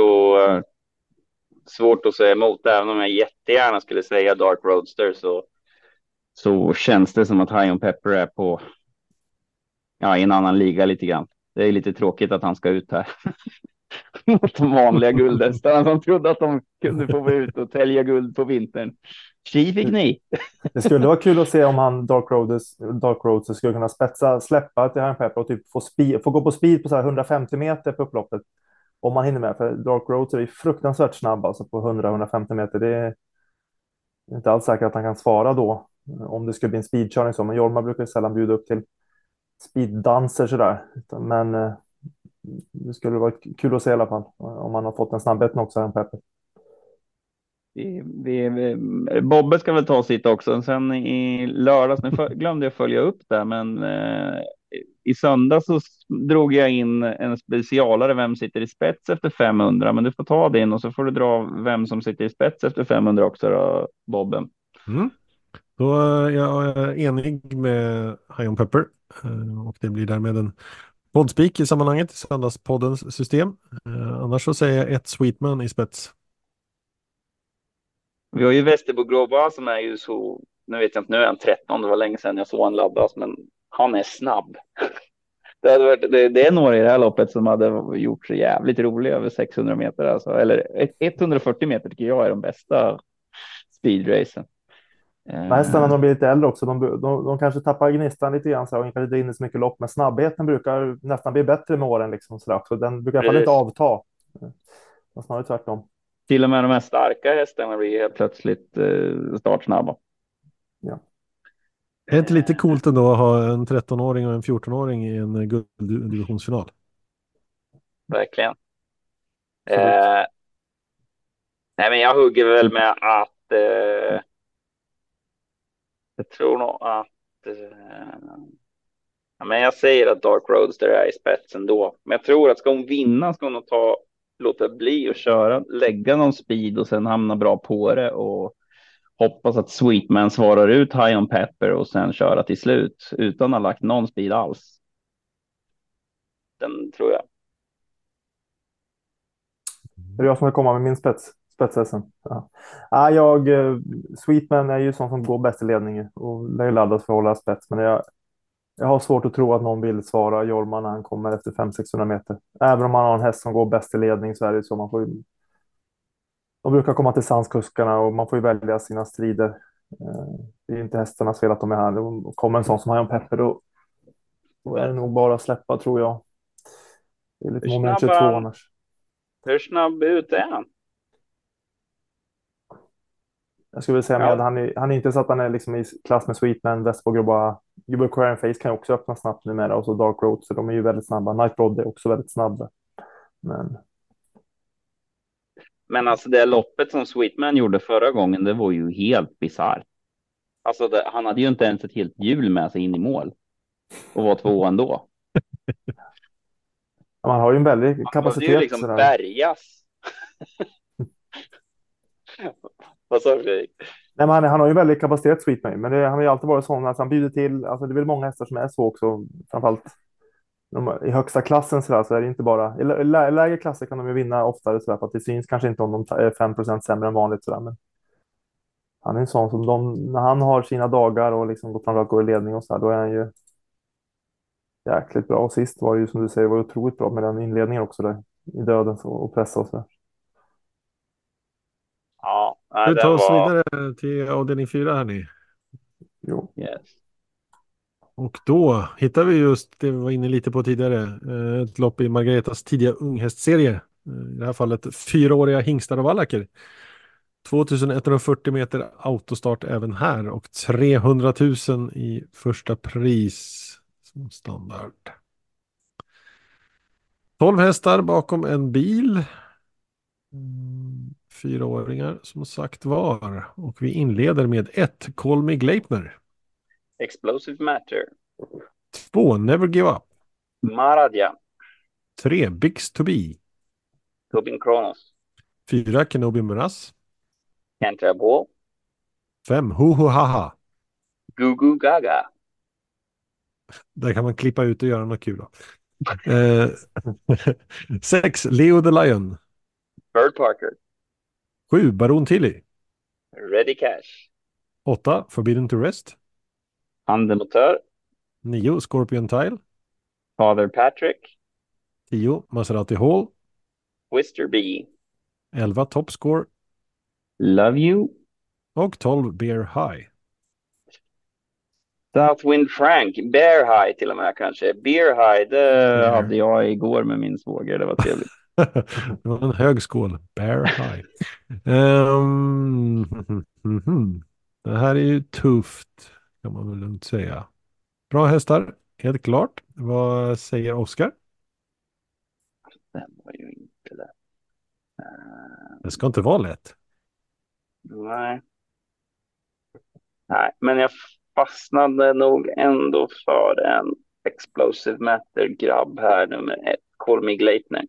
svårt att säga emot, även om jag jättegärna skulle säga Dark Roadster, så känns det som att High on Pepper är på i en annan liga lite grann. Det är lite tråkigt att han ska ut här mot de vanliga guldhästarna som trodde att de kunde få vara ut och tälja guld på vintern. Tji fick ni. Det skulle vara kul att se om han Dark Roadster skulle kunna släppa till High on Pepper och typ få gå på speed på så här 150 meter på upploppet. Om man hinner med, för Dark Roadster är fruktansvärt snabb alltså på 100-150 meter. Det är inte alls säkert att han kan svara då om det skulle bli en speedkörning så. Men Jorma brukar sällan bjuda upp till speeddanser sådär. Men det skulle vara kul att se i alla fall om man har fått en snabbheten också här Pepper. Bobbe ska väl ta sitt också. Sen i lördags, glömde jag följa upp det, men i söndag så drog jag in en specialare, vem sitter i spets efter 500, men du får ta din och så får du dra vem som sitter i spets efter 500 också då, Bobben. Då är jag enig med High on Pepper. Och det blir därmed en poddspik i sammanhanget, i söndagspoddens system. Annars så säger jag ett Sweetman i spets. Vi har ju Västerbo Groba som är ju så, nu vet jag inte, nu är han 13, det var länge sedan jag såg han laddas, men han är snabb. Det är några i det här loppet som hade gjort sig jävligt roliga över 600 meter. Alltså. Eller 140 meter tycker jag är de bästa speedracen. Hästarna när de blir lite äldre också, de kanske tappar gnistan lite grann så här, och kanske inte in i så mycket lopp, men snabbheten brukar nästan bli bättre med åren liksom, så, där. Så den brukar i alla fall inte avta. Snarare tvärtom. Till och med de här starka hästarna blir helt plötsligt startsnabba. Ja. Är det inte lite coolt ändå att ha en 13-åring och en 14-åring i en gulddivisionsfinal? Verkligen. Nej, men jag hugger väl med att jag tror nog att ja, men jag säger att Dark Roadster är i spetsen då. Men jag tror att ska hon vinna ska hon nog låta bli att köra, lägga någon speed och sen hamna bra på det och hoppas att Sweetman svarar ut High on Pepper och sen köra till slut utan att ha lagt någon speed alls. Den tror jag. Det är jag som vill komma med min spetshästen. Ja. Sweetman är ju sån som går bäst i ledningen och lär ju laddas för att hålla spets. Men jag har svårt att tro att någon vill svara Jorma när han kommer efter 500-600 meter. Även om man har en häst som går bäst i ledning så är det så. De brukar komma till sanskuskarna och man får ju välja sina strider. Det är inte hästarnas fel att de är här. Och kommer en sån som High on Pepper då är det nog bara att släppa, tror jag. Det är lite moment 22 annars. Hur snabb ut är han? Jag skulle vilja säga med han är inte så att han är liksom i klass med Sweetman, Vespo Groba. Queer Face kan ju också öppna snabbt numera och så Dark Road, så de är ju väldigt snabba. Night Rod är också väldigt snabba. Men alltså det loppet som Sweetman gjorde förra gången, det var ju helt bisarrt. Alltså han hade ju inte ens ett helt hjul med sig in i mål och var två ändå. Man har ju en väldig kapacitet. Det är ju liksom bärgas. Vad sa du? Nej, men han har ju väldigt kapacitet, Sweetman, men han har ju alltid varit sån att han bjuder till. Alltså det är väl många hästar som är så också, framförallt i högsta klassen så är det inte bara i lägre klasser kan de ju vinna oftare så där, för att det syns kanske inte om de är 5% sämre än vanligt så där, men han är en sån som när han har sina dagar och liksom framförallt går i ledning och så där, då är han ju jäkligt bra. Och sist var det ju som du säger, var otroligt bra med den inledningen också där i döden och pressa och så där. Ja, vi tar oss vidare till avdelning 4 här ni. Jo. Yes. Och då hittar vi just det vi var inne lite på tidigare. Ett lopp i Margaretas tidiga unghästserie. I det här fallet 4-åriga hingstar och vallacker. 2140 meter autostart även här och 300 000 i första pris som standard. 12 hästar bakom en bil. 4-åringar som sagt var. Och vi inleder med 1 Call Me Gleipner. Explosive Matter. 2 Never Give Up. Maradja. 3 Bix to Be. Tobin Kronos. 4 Kenobi Muras. Cantraball. 5 Hu Hu Haha. Gugu Gaga. Där kan man klippa ut och göra något kul. 6 Leo the Lion. Bird Parker. 7 Baron Tilly. Ready Cash. 8 Forbidden to Rest. Andemotör. 9 Scorpion Tile. Father Patrick. 10 Maserati Hall. Twister B. 11 Top Score. Love You. Och 12 Bear High. Southwind Frank. Bear High till och med kanske. Bear High, det hade jag igår med min svåger. Det var trevligt. Det var en hög skål. Bear High. Det här är ju tufft, kan man väl lugnt säga. Bra hästar, helt klart. Vad säger Oskar? Den var ju inte lätt. Det ska inte vara lätt. Nej, men jag fastnade nog ändå för en Explosive Matter-grabb här, nummer 1. Call Me Gleipner.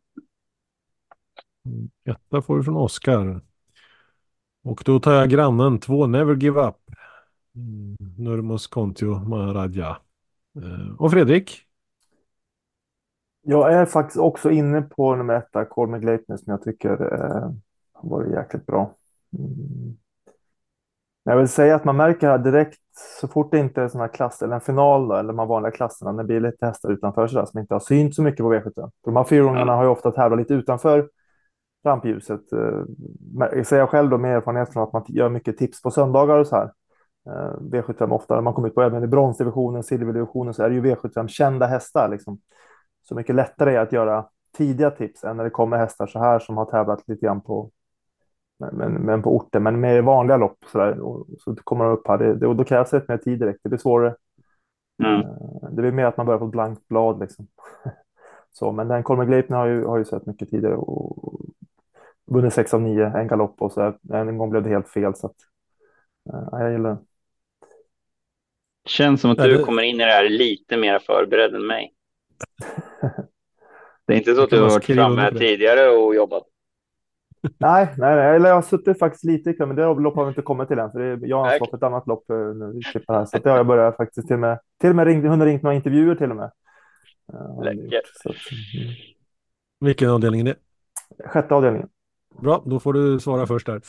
1 får vi från Oskar. Och då tar jag grannen 2 Never Give Up. Nurmos Kontio Maharaja. Och Fredrik? Jag är faktiskt också inne på nummer 1, Colmer Gleipner, som jag tycker har varit jäkligt bra. Mm. Jag vill säga att man märker här direkt så fort det inte är sån här klass eller en final då, eller de här vanliga klasserna, när det blir lite hästar utanför sådär, som inte har synt så mycket på V75. De här fyraåringarna har ju ofta tävlat lite utanför rampljuset. Säger jag själv då med erfarenhet från att man gör mycket tips på söndagar och så här. V75 ofta när man kommer ut på även i bronsdivisionen, silverdivisionen, så är det ju V75 kända hästar liksom. Så mycket lättare är att göra tidiga tips än när det kommer hästar så här som har tävlat lite grann på men på orten, men med vanliga lopp så där, och så kommer de upp här, och då krävs det mer tid direkt, det blir svårare. Mm. Det blir mer att man börjar på ett blankt blad liksom. Så, men den Colmer Gleipner har ju sett mycket tidigare och vunnit 6 av 9, en galopp, och så här, en gång blev det helt fel, så att jag gillar den. Känns som att Ja, du det kommer in i det här lite mer förberedd än mig. Det är inte så jag att du kan har bara varit skriva under framme på det. tidigare och jobbat. Nej, eller jag har suttit faktiskt lite i kö, men det lopp har vi inte kommit till än, för jag har ansvar för ett annat lopp nu vi klippar här, så att det har jag börjat faktiskt till och med ringt några intervjuer till och med. Har jag gjort, Läckert. så att, Vilken avdelning är det? 6:e avdelningen. Bra, då får du svara först där.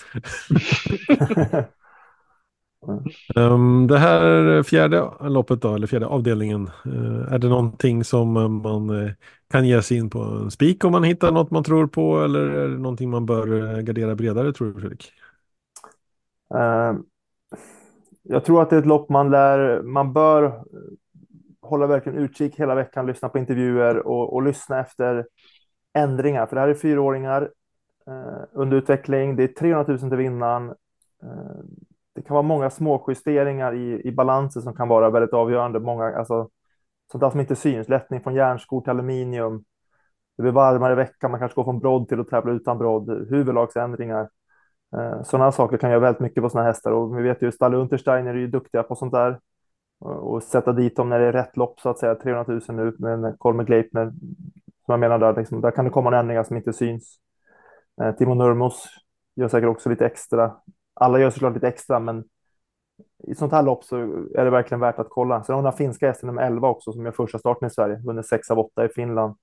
Mm. Det här fjärde loppet då, eller fjärde avdelningen, är det någonting som man kan ge sig in på en spik om man hittar något man tror på, eller är det någonting man bör gardera bredare, tror du, Fredrik? Eh, Jag tror att det är ett lopp man bör hålla verkligen utkik hela veckan, lyssna på intervjuer och lyssna efter ändringar. För det här är 4-åringar under utveckling. Det är 300 000 till vinnaren. Det kan vara många små justeringar i balansen som kan vara väldigt avgörande. Många, alltså, sånt där som inte syns. Lättning från järnskor till aluminium. Det blir varmare i veckan. Man kanske går från brodd till att tävla utan brodd. Huvudlagsändringar. Sådana saker kan göra väldigt mycket på sådana hästar. Och vi vet ju, Stalle Untersteiner är ju duktiga på sånt där. Och sätta dit dem när det är rätt lopp, så att säga. 300 000 nu med en Colmer Gleipner. Som jag menar där, liksom, där kan det komma ändringar som inte syns. Timo Nurmos gör säkert också lite extra. Alla gör såklart lite extra, men i sånt här lopp så är det verkligen värt att kolla. Sen har den här finska hästen nummer 11 också, som gör första starten i Sverige. Vunnit 6 av 8 i Finland.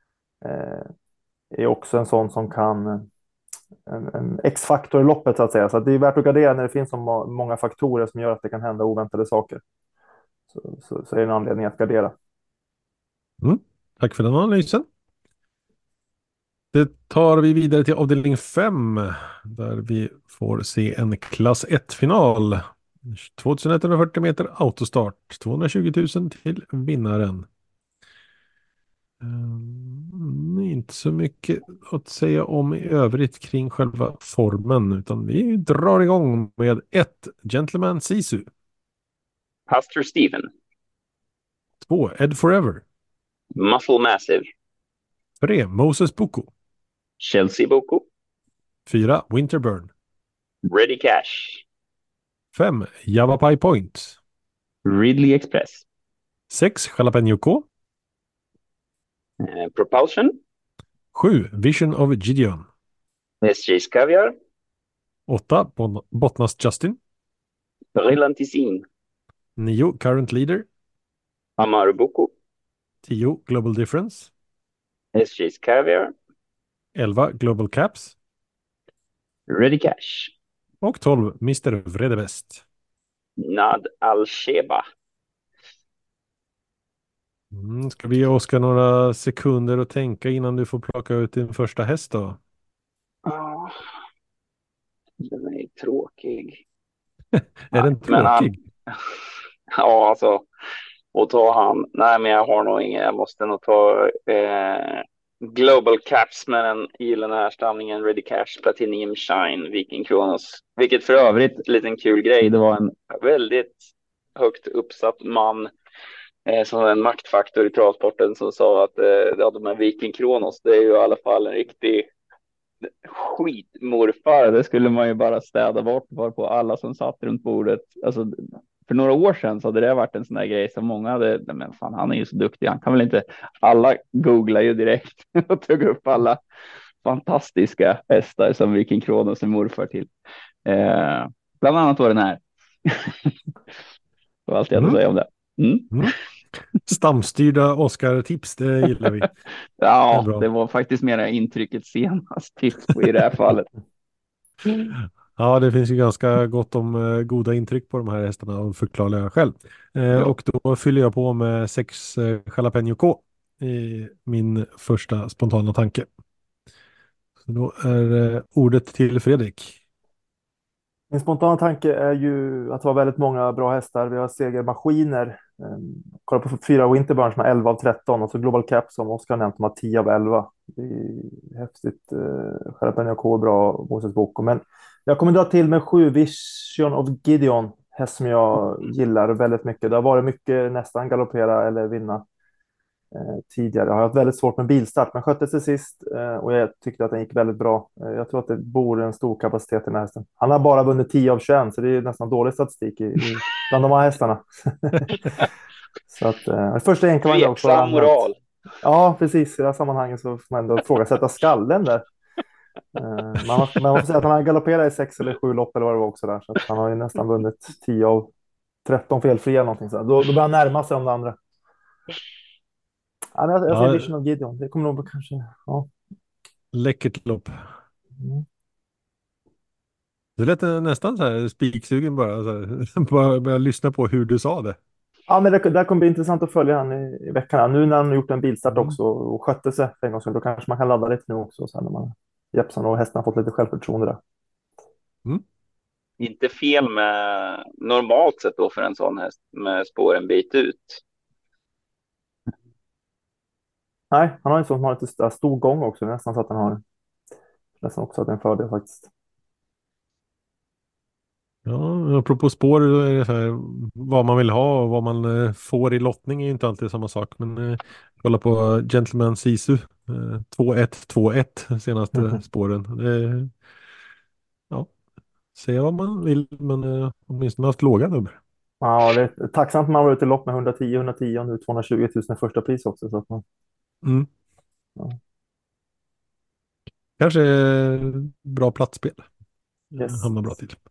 Är också en sån som kan en X-faktor i loppet, så att säga. Så att det är värt att gardera när det finns så många faktorer som gör att det kan hända oväntade saker. Så är det en anledning att gardera. Tack för den analysen. Det tar vi vidare till avdelning 5, där vi får se en klass 1-final. 2140 meter autostart, 220 000 till vinnaren. Inte så mycket att säga om i övrigt kring själva formen, utan vi drar igång med 1 Gentleman Sisu, Pastor Steven. 2 Ed Forever, Muscle Massive. 3 Moses Boko, Chelsea Boko. 4 Winterburn, Ready Cash. 5 Yavapai Point, Ridley Express. 6 Jalapeno K, Propulsion. 7 Vision of Gideon, SJ's Caviar. 8 Bottnas Justin, Brillantissin. 9 Current Leader, Amaru Boko. 10 Global Difference, SJ's Caviar. 11 Global Caps Ready Cash. och 12 Mr. Vredebest. Nad Al-Sheba. Ska vi ge Oskar några sekunder att tänka innan du får plocka ut din första häst då? Oh, den är tråkig. Är den tråkig? Ja, alltså. Och ta han. Nej, men jag har nog ingen. Jag måste nog ta Global Caps med den gyllene härstamningen Ready Cash, Platinum Shine, Viking Kronos. Vilket för övrigt, liten kul grej. Det var en väldigt högt uppsatt man som en maktfaktor i travsporten som sa att de här Viking Kronos, det är ju i alla fall en riktig skitmorfar. Det skulle man ju bara städa bort, var på alla som satt runt bordet. Alltså, för några år sedan så hade det varit en sån där grej som många hade, men fan, han är ju så duktig, han kan väl inte, alla googlar ju direkt och tog upp alla fantastiska hästar som Viking Kronos är morfar till. Bland annat var den här. Det var allt jag hade att säga om det. Mm. Mm. Stamstyrda Oscar-tips, det gillar vi. Det är Ja, bra. det var faktiskt mera intrycket senast tips på i det här fallet. Ja, det finns ju ganska gott om goda intryck på de här hästarna av förklarliga skäl. Ja. Och då fyller jag på med 6 Jalapeno K i min första spontana tanke. Så då är ordet till Fredrik. Min spontana tanke är ju att det var väldigt många bra hästar. Vi har segermaskiner. Kolla på 4 Winterburn som har 11 av 13 och så Global Cap som Oskar nämnt som har 10 av 11. Det är häftigt. Jalapeno K är bra, Moses Boko. Men jag kommer dra till med 7 Vision of Gideon. Häst som jag gillar väldigt mycket. Det har varit mycket nästan galoppera eller vinna tidigare. Jag har haft väldigt svårt med bilstart, men skötte sig sist och jag tyckte att den gick väldigt bra. Jag tror att det bor en stor kapacitet i den här hästen. Han har bara vunnit 10 av 21, så det är nästan dålig statistik bland de här hästarna. Så att första enkelvagn också. Tveksam moral. Ja, precis. I det här sammanhanget så får man ändå ifrågasätta skallen där. Man får säga att han har galopperat i 6 eller 7 lopp eller vad det var också där, så att han har ju nästan vunnit 10 av 13 felfria någonting så. Då börjar han närma sig om det andra. Ja, men jag säger Vision of Gideon. Det kommer nog kanske... Ja. Läckert lopp. Mm. Det lät nästan så här spiksugen bara. Så här, bara lyssna på hur du sa det. Ja, men det kommer bli intressant att följa han i veckan. Nu när han har gjort en bilstart också och skötte sig för en gång, så då kanske man kan ladda lite nu också. Sen när man Jeppson och hästen har fått lite självförtroende där. Mm. Inte fel med normalt sett då för en sån häst med spåren bit ut. Nej, han har en sån som har lite stor gång också. Nästan så att han har nästan också att det är en fördel faktiskt. Ja, apropå spår, då är det så här, vad man vill ha och vad man får i lottning är ju inte alltid samma sak. Men kolla på Gentleman Sisu, 2-1-2-1 senaste spåren. Ja, säga vad man vill, men åtminstone haft låga nummer. Ja, det är tacksamt att man var ute i lopp med 110 och nu 220 000 i första pris också. Så att man, Mm. ja. Kanske bra platsspel. Yes. Hamnar bra till.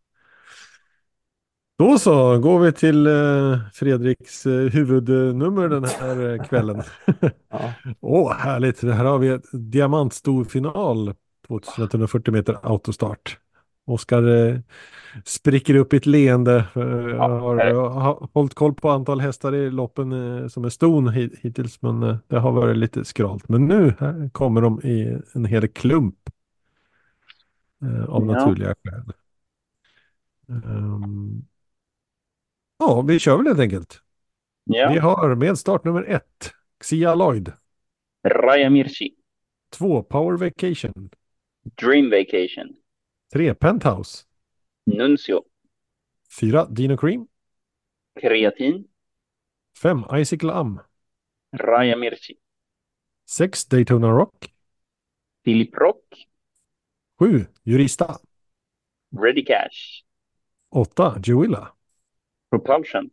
Då så, går vi till Fredriks huvudnummer den här kvällen. Ja. Härligt. Här har vi ett diamantstorfinal. 2140 meter autostart. Oskar spricker upp i ett leende. Jag har hållit koll på antal hästar i loppen som är ston hittills. Men det har varit lite skralt. Men nu här kommer de i en hel klump. Av naturliga skäl. Ja, vi kör väl helt enkelt. Ja. Vi har med start nummer 1 Xia Lloyd. Raya Mirchi. 2 Power Vacation. Dream Vacation. 3 Penthouse. Nuncio. 4 Dino Cream. Kreatin. 5 Icicle Am. Raya Mirchi. 6 Daytona Rock. Philip Rock. 7 Jurista. Ready Cash. 8 Jewilla. Propulsion.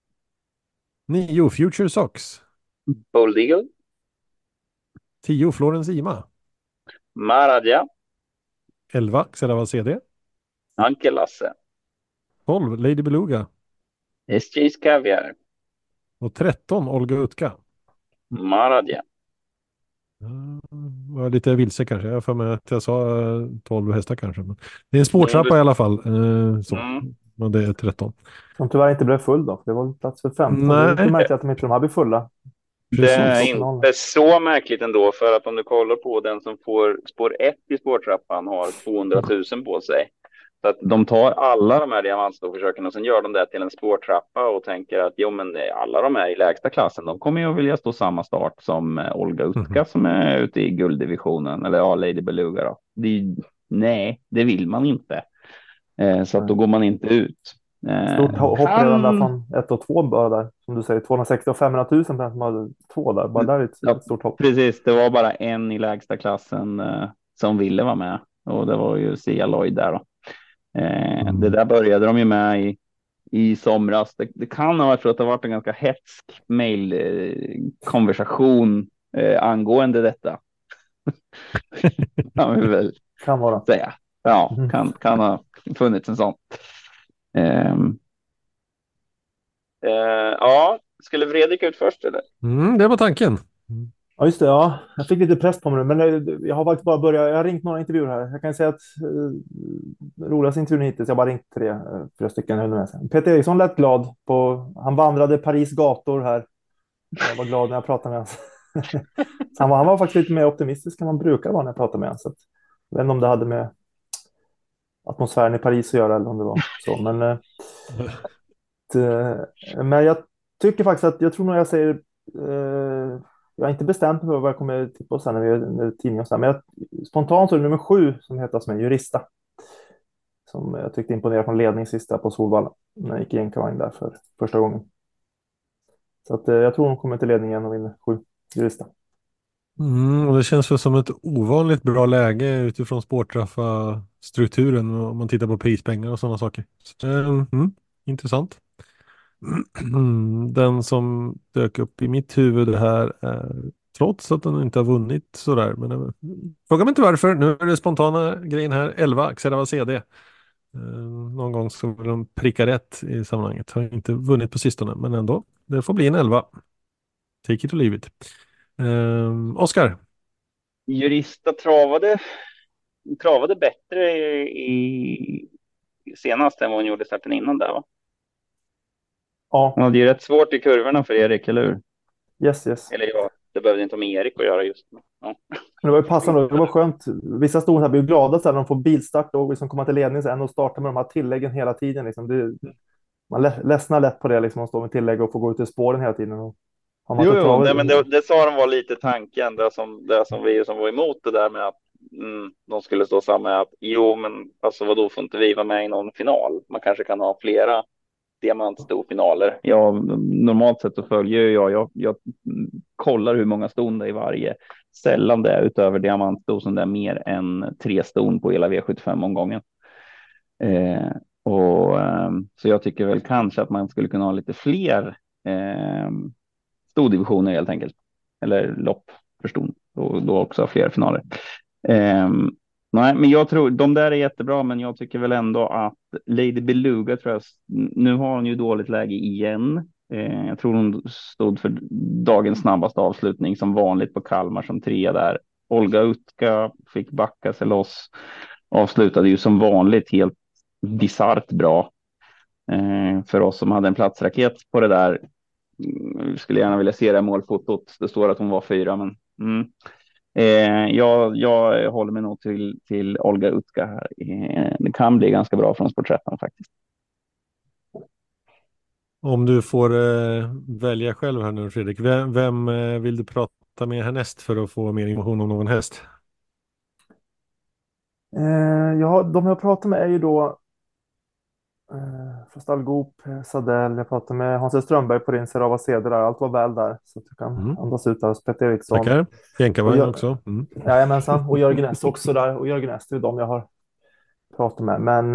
9 Future Sox. Bold Eagle. 10 Florence Ima. Maradja. 11 Xeraval CD. Anke Lasse. 12 Lady Beluga. SJ's Caviar. Och 13 Olga Utka. Maradja. Var lite vilse kanske. Jag får med att jag sa 12 hästar kanske. Men det är en spårtrappa i alla fall. Så. Men det är 13. Som tyvärr inte blev full då. Det var plats för 15. Nej. Det är inte märkligt att de inte här blir fulla. Det är inte så märkligt ändå, för att om du kollar på den som får spår 1 i spårtrappan har 200 000 på sig. Så att de tar alla de här diamantstoförsöken och sen gör de det till en spårtrappa och tänker att jo, men alla de här i lägsta klassen, de kommer ju att vilja stå samma start som Olga Utka som är ute i gulddivisionen, eller ja, Lady Beluga då. Nej, det vill man inte. Så att då går man inte ut. Stort hopp redan där från 1 och 2 bara där. Som du säger, 260 och 500 000 för den som hade 2 där. Bara där är ett stort hopp. Precis, det var bara en i lägsta klassen som ville vara med. Och det var ju Xia Lloyd där då. Det där började de ju med i somras. Det kan ha varit för att det har varit en ganska hetsk mejlkonversation angående detta. Kan vi väl kan vara. säga. Ja, kan ha funnits en sån. Ja, skulle Fredrik ut först eller? Det var tanken. Mm. Ja, just det. Ja. Jag fick lite press på mig nu, men jag har faktiskt bara börjat. Jag har ringt några intervjuer här. Jag kan säga att roligaste intervjun hittills, jag har bara ringt fyra stycken. Jag höll med sig. Peter Eriksson lät glad. Han vandrade Paris gator här. Jag var glad när jag pratade med honom. Så han var faktiskt lite mer optimistisk än man brukar vara när jag pratar med honom. Så jag vet inte om det hade med atmosfären i Paris att göra eller om det var så. Men jag tycker faktiskt att jag tror nog jag säger jag har inte bestämt mig för vad jag kommer tippa på sen när tidningen och så här, men spontant så är det nummer 7 som heter som är Jurista. Som jag tyckte imponerade från ledning sista på Solvalla när jag gick i enkavagn där för första gången. Så att, jag tror hon kommer till ledningen och vinner 7 Jurista. Och det känns väl som ett ovanligt bra läge utifrån spårtraffa strukturen om man tittar på prispengar och sådana saker. Så, intressant. Den som dök upp i mitt huvud här trots att den inte har vunnit sådär. Men fråga mig inte varför. Nu är det spontana grejen här. 11, Xerava CD. Någon gång så vill de pricka rätt i sammanhanget. Har inte vunnit på sistone, men ändå. Det får bli en 11. Take it or leave it. Oskar? Jurista travade bättre i senast än vad hon gjorde starten innan där, va? Ja. Ja, det är rätt svårt i kurvorna för Erik, eller hur? Yes. Eller ja, det behövde inte med Erik att göra just nu. Ja. Men det var ju passande, det var skönt. Vissa stod här blir glada så här, när de får bilstart och liksom komma till ledning sen och starta med de här tilläggen hela tiden. Liksom. Man ledsnar lätt på det, liksom, att stå med tillägg och få gå ut i spåren hela tiden. Och nej, men det sa de var lite tanken, det som vi som var emot det där med att de skulle stå samma att men alltså vadå, får inte vi vara med i någon final? Man kanske kan ha flera diamantstorfinaler. Normalt sett så följer jag kollar hur många ston det är i varje. Sällan det är utöver diamantston som det är mer än 3 ston på hela V75-omgången. Så jag tycker väl kanske att man skulle kunna ha lite fler stordivisioner helt enkelt. Eller lopp för ston. Och då också fler finaler. Nej, men jag tror de där är jättebra, men jag tycker väl ändå att Lady Beluga, tror jag, nu har hon ju dåligt läge igen. Jag tror hon stod för dagens snabbaste avslutning som vanligt på Kalmar som 3 där. Olga Utka fick backa sig loss. Avslutade ju som vanligt helt bizarrt bra. För oss som hade en platsraket på det där. Skulle gärna vilja se det målfotot. Det står att hon var 4, men jag håller mig nog till Olga Utka här. Det kan bli ganska bra från Sport13 faktiskt. Om du får välja själv här nu, Fredrik. Vem vill du prata med härnäst för att få mer information om någon häst? De jag pratar med är ju då Frostal Goop, Sadell. Jag pratade med Hans Strömberg på din Serava CD där. Allt var väl där, så att du kan andas ut där. Peter Eriksson. Tackar. Jänkarvagn också. Jajamensan. Och Jörgen S också där. Och Jörgen S, det är de jag har pratat med. Men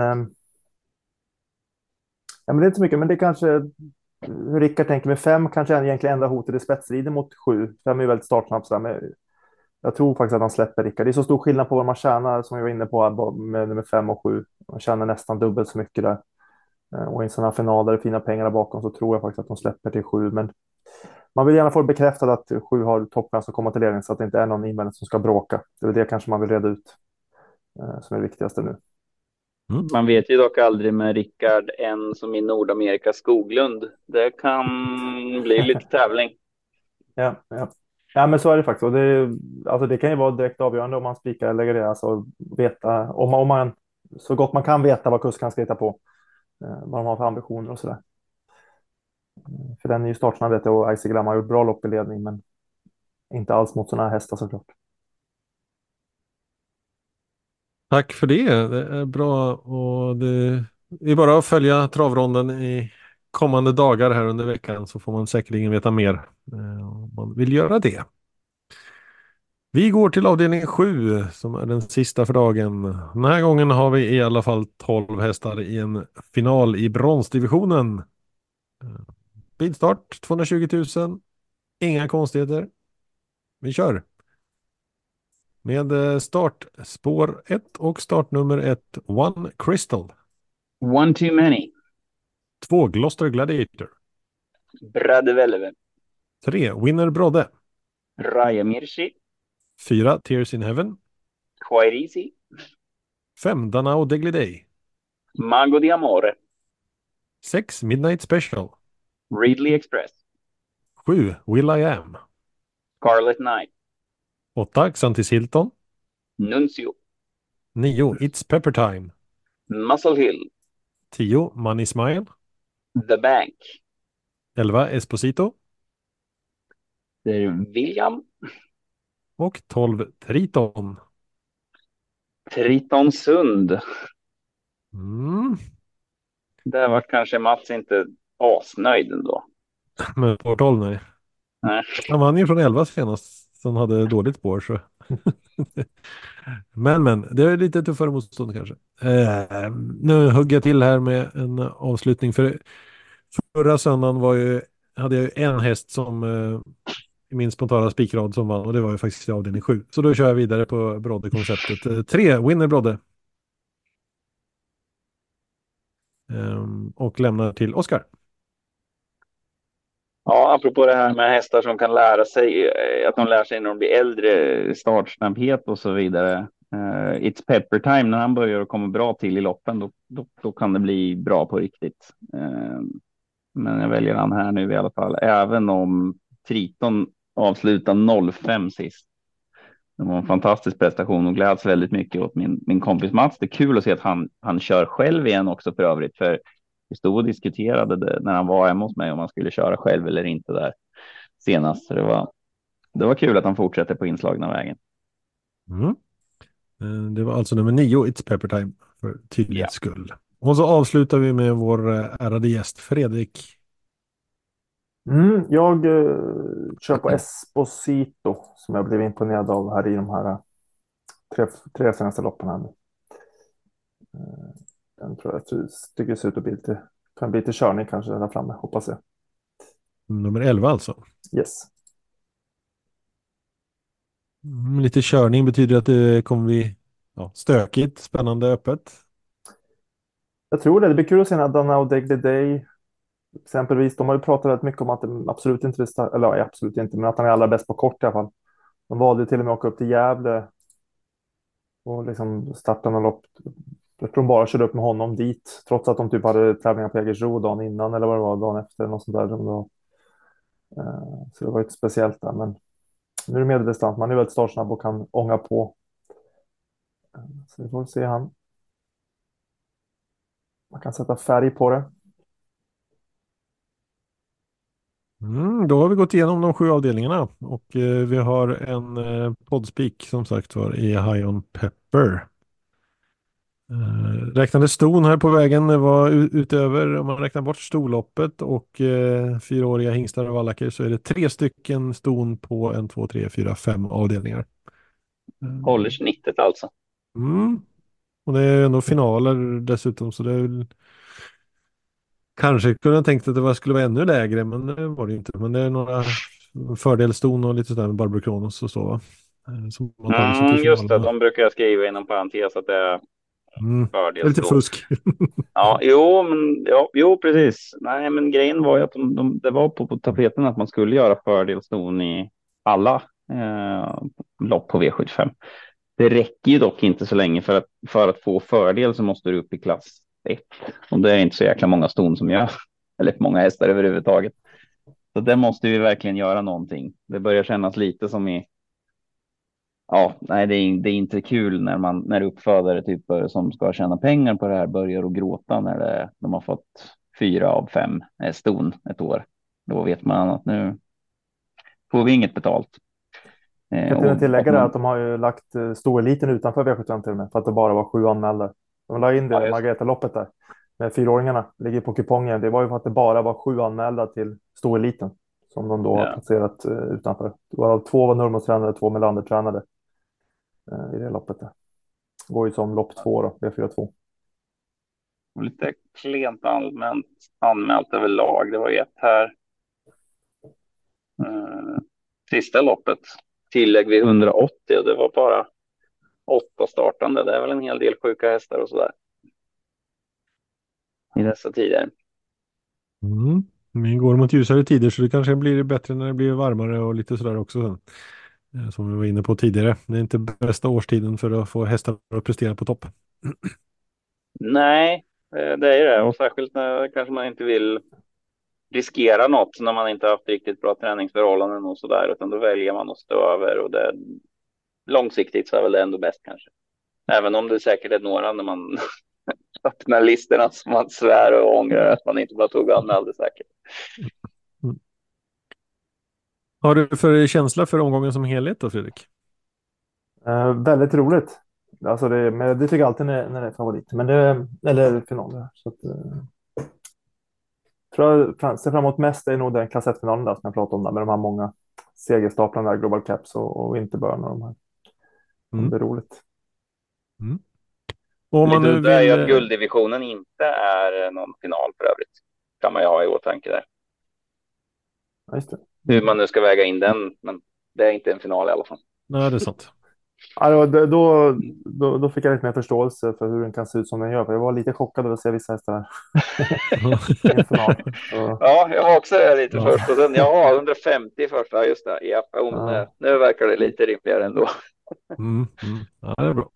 det är inte så mycket. Men det är kanske hur Rickard tänker med 5 kanske egentligen enda hotet i spetsriden mot 7. 5 är ju väldigt startsnabb så där, men jag tror faktiskt att han släpper Rickard. Det är så stor skillnad på vad man tjänar, som jag var inne på med nummer 5 och 7. Man tjänar nästan dubbelt så mycket där. Och i en sån här final där det är fina pengar bakom så tror jag faktiskt att de släpper till 7. Men man vill gärna få bekräftat att 7 har toppchans att komma till ledning så att det inte är någon invändig som ska bråka. Det är det kanske man vill reda ut som är det viktigaste nu. Man vet ju dock aldrig med Rickard än som i Nordamerika Skoglund. Det kan bli lite tävling. Ja, men så är det faktiskt. Och det kan ju vara direkt avgörande om man spikar eller lägger det. Alltså veta, om man så gott man kan veta vad kuskan ska hitta på. Vad de har för ambitioner och sådär. För den är ju startsnabb, vet jag, och Icy Glam har gjort bra lopp i ledning, men inte alls mot sådana här hästar såklart. Tack för det. Det är bra, och det är bara att följa travronden i kommande dagar här under veckan, så får man säkerligen veta mer om man vill göra det. Vi går till avdelning 7 som är den sista för dagen. Den här gången har vi i alla fall 12 hästar i en final i bronsdivisionen. Bilstart 220 000. Inga konstigheter. Vi kör. Med startspår 1 och startnummer 1 One Crystal. One too many. 2 Gloucester Gladiator. Bradevelve. 3. Winner Brodde. Rajamirci. 4. Tears in Heaven. Quairisi. 5. Danao Deglidei. Mago di Amore. 6. Midnight Special. Ridley Express. 7. Will I Am. Scarlet Knight. 8. Xantis Hilton. Nuncio. 9. It's Pepper Time. Muscle Hill. 10. Money Smile. The Bank. 11. Esposito. Det är William. Och 12. Triton. Triton Sund. Mm. Där var kanske Mats inte asnöjd ändå. Men på 12 nej. Nej. Han vann ju från 11 senast. Som hade dåligt spår så. Men, det är lite tuffare motstånd kanske. Nu hugger jag till här med en avslutning. För förra söndagen hade jag ju en häst som i min spontana spikrad som vann. Och det var ju faktiskt i avdelning 7. Så då kör jag vidare på Brodde-konceptet. 3. Winner Brodde. Och lämnar till Oskar. Ja, apropå det här med hästar som kan lära sig att de lär sig när de blir äldre, startsnabbhet och så vidare. It's Pepper Time, när han börjar komma bra till i loppen, då kan det bli bra på riktigt. Men jag väljer han här nu i alla fall, även om Triton avslutar 05 sist. Det var en fantastisk prestation och gläds väldigt mycket åt min kompis Mats. Det är kul att se att han kör själv igen också för övrigt, för vi stod och diskuterade det när han var hemma hos mig om han skulle köra själv eller inte där senast. Så det var kul att han fortsätter på inslagna vägen. Mm. Det var alltså nummer 9, It's Pepper Time, för tydlighets skull. Och så avslutar vi med vår ärade gäst Fredrik. Jag kör på Esposito som jag blev imponerad av här i de här tre senaste loppen här nu. Den tror jag tycker det ser ut att kan bli lite körning kanske där framme, hoppas jag. Nummer 11 alltså. Yes. Lite körning betyder att det kommer bli stökigt, spännande, öppet. Jag tror det. Det blir kul att se när Danao Deglidei exempelvis. De har ju pratat väldigt mycket om att det absolut inte eller absolut inte, men att han är allra bäst på kort i alla fall. De valde till och med att åka upp till Gävle och liksom starta något lopp. Jag tror de bara körde upp med honom dit, trots att de typ hade tävlingar på Jägersro dagen innan eller vad det var, dagen efter något sånt där. Så det var ju speciellt där, men nu är det medeldistans. Man är väldigt startsnabb och kan ånga på. Så vi får se han. Man kan sätta färg på det. Då har vi gått igenom de 7 avdelningarna och vi har en poddspik som sagt var i High on Pepper. Räknade ston här på vägen, det var utöver, om man räknar bort storloppet och 4-åriga hingstar och vallacker, så är det 3 stycken ston på 1, 2, 3, 4, 5 avdelningar. Håller snittet alltså. Och det är ändå finaler dessutom, så det är väl kanske kunde jag tänkt att det skulle vara ännu lägre, men det var det inte. Men det är några fördelston och lite sådär med Barbro Kronos och så, va? Som man tagit sig till Just det, finalerna. de brukar jag skriva inom parentes att det är Det är lite fusk. Ja, jo, precis. Nej, men grejen var ju att det var på tapeten att man skulle göra fördelston i alla lopp på V75. Det räcker ju dock inte så länge för att få fördel, så måste du upp i klass 1. Och det är inte så jäkla många ston som gör, eller många hästar överhuvudtaget. Så det måste vi verkligen göra någonting. Det börjar kännas lite som i... Ja, nej, det är inte kul när uppfödare typer som ska tjäna pengar på det här börjar att gråta när de har fått 4 av 5 ston ett år. Då vet man att nu får vi inget betalt. Jag kan tillägga det att de har ju lagt storeliten utanför V75 till och med, för att det bara var 7 anmälda. De la in det Margareta-loppet där med 4-åringarna, ligger på kupongen. Det var ju för att det bara var 7 anmälda till storeliten som de då har placerat utanför. Det var 2 var Nurmos-tränare, 2 Melander-tränare i det loppet där. Det går ju som lopp 2 då, V42. Lite klent anmält överlag. Det var ju ett här. Sista loppet. Tillägg vid 180 och det var bara 8 startande. Det är väl en hel del sjuka hästar och sådär. I dessa tider. Vi går mot ljusare tider så det kanske blir bättre när det blir varmare och lite sådär också sen. Som vi var inne på tidigare. Det är inte bästa årstiden för att få hästar att prestera på topp. Nej, det är ju det. Och särskilt när kanske man inte vill riskera något när man inte haft riktigt bra träningsförhållanden och sådär. Utan då väljer man att stå över och det, långsiktigt så är väl det ändå bäst kanske. Även om det säkert är några när man öppnar listorna som man svär och ångrar att man inte bara tog anmälde säkert. Mm. Har du för känsla för omgången som helhet då, Fredrik? Väldigt roligt. Alltså men det tycker jag alltid när det är favorit. Men eller final. Så att, tror jag ser fram emot mest är nog den klass 1-finalen där som jag pratade om där, med de här många segerstaplarna där, Global Caps och Interbörn och de här. Det blir roligt. Mm. Och om man Lite nu udda är ju vill... att gulddivisionen inte är någon final för övrigt. Kan man ju ha i åtanke där. Ja, just det. Hur man nu ska väga in den, men det är inte en final i alla fall. Nej, det är sant. Ja, då fick jag lite mer förståelse för hur den kan se ut som den gör. För jag var lite chockad över att se vissa hästar här. I en final. Ja, jag var också lite Ja. först. Och sen, ja, 150 första, just det. Ja, nu verkar det lite rimligare ändå. Ja, det är bra.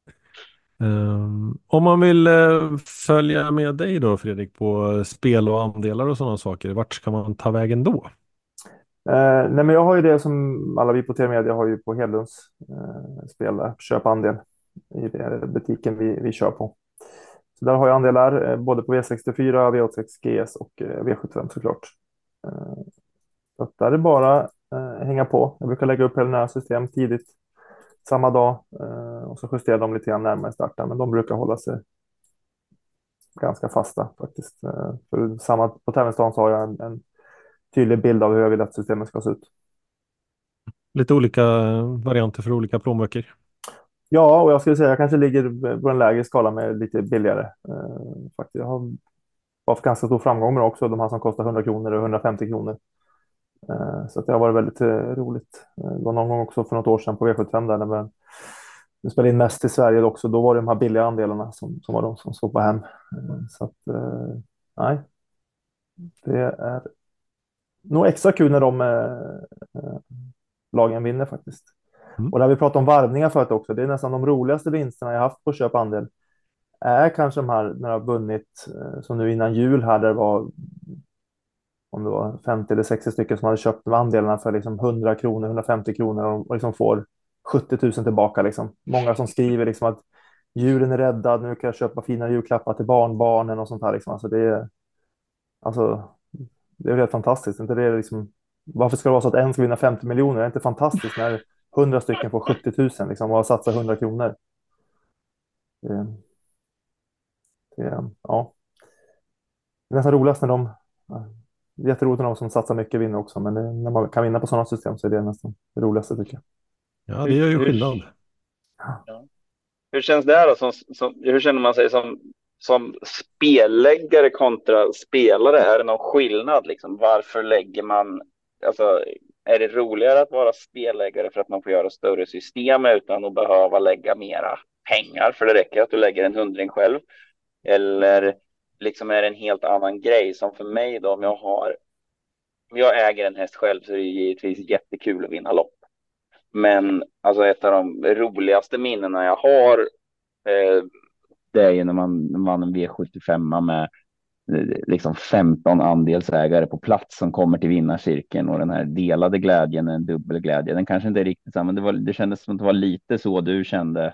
Om man vill följa med dig då, Fredrik, på spel och andelar och sådana saker, vart ska man ta vägen då? Nej, men jag har ju det som alla vi på TV-media har ju på Hedlunds spel där, köp andel i det butiken vi kör på. Så där har jag andelar både på V64, V86 GS och V75 såklart. Så där är det bara hänga på. Jag brukar lägga upp hela nära system tidigt samma dag och så justerar de lite grann närmare starten, men de brukar hålla sig ganska fasta faktiskt. För på tävlingsdagen så har jag en tydlig bild av hur jag vill att systemet ska se ut. Lite olika varianter för olika plånböcker. Ja, och jag skulle säga jag kanske ligger på en lägre skala med lite billigare. Faktiskt. Jag har haft ganska stor framgång med också, de här som kostar 100 kronor och 150 kronor. Så att det har varit väldigt roligt. Det var någon gång också för något år sedan på V75 där när vi spelade in mest i Sverige också. Då var det de här billiga andelarna som var de som såg på hem. Så att nej, det är nog extra kul när de lagen vinner faktiskt. Och när vi pratar om varvningar förut också, det är nästan de roligaste vinsterna jag haft på köp andel är kanske de här när jag har vunnit som nu innan jul här där det var om det var 50 eller 60 stycken som hade köpt andelarna för liksom 100 kronor, 150 kronor och liksom får 70 000 tillbaka liksom. Många som skriver liksom att julen är räddad, nu kan jag köpa fina julklappar till barnbarnen och sånt här liksom. Det är helt fantastiskt. Inte det liksom, varför ska det vara så att en ska vinna 50 miljoner? Det är inte fantastiskt när 100 stycken får 70 000 liksom, och har satsat 100 kronor. Ja. Det är nästan roligast när det är jätteroligt när de som satsar mycket vinner också, men när man kan vinna på sådana system så är det nästan det roligaste tycker jag. Ja, det gör ju skillnad. Ja. Hur känns det här då? Hur känner man sig som spelläggare kontra spelare? Är det någon skillnad? Liksom? Varför lägger man... Alltså, är det roligare att vara spelläggare för att man får göra större system utan att behöva lägga mera pengar? För det räcker att du lägger en 100 själv. Eller liksom är det en helt annan grej som för mig då, om jag äger en häst själv så är det givetvis jättekul att vinna lopp. Men alltså ett av de roligaste minnena jag har det är ju när man vann en V75 med liksom 15 andelsägare på plats som kommer till vinnarcirkeln och den här delade glädjen, en dubbel glädje. Den kanske inte är riktigt samma, men det kändes som att det var lite så du kände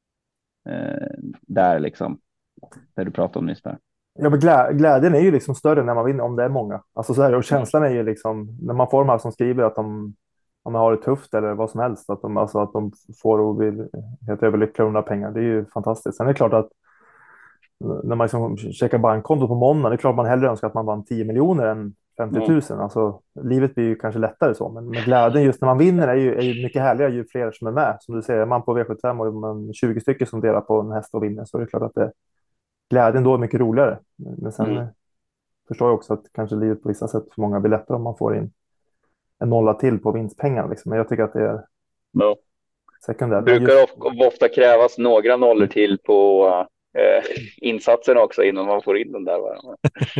där liksom, där du pratade om nyss där. Ja, men glädjen är ju liksom större när man vinner om det är många. Alltså så här, och känslan är ju liksom när man får de här som skriver att de har det tufft eller vad som helst, att de får och vill helt överlyckliga under pengar. Det är ju fantastiskt. Sen är det klart att när man liksom checkar bankkonto på måndag, det är klart man hellre önskar att man vann 10 miljoner än 50 000. Alltså, livet blir ju kanske lättare så, men glädjen just när man vinner är ju mycket härligare ju fler som är med. Som du säger, är man på V75 och man 20 stycken som delar på en häst och vinner, så är det klart att glädjen då är mycket roligare. Men sen förstår jag också att kanske livet på vissa sätt för många blir lättare om man får in en nolla till på vinstpengar. Liksom. Men jag tycker att det är sekundärt. Det brukar ofta krävas några nollor till på insatsen också innan man får in den där.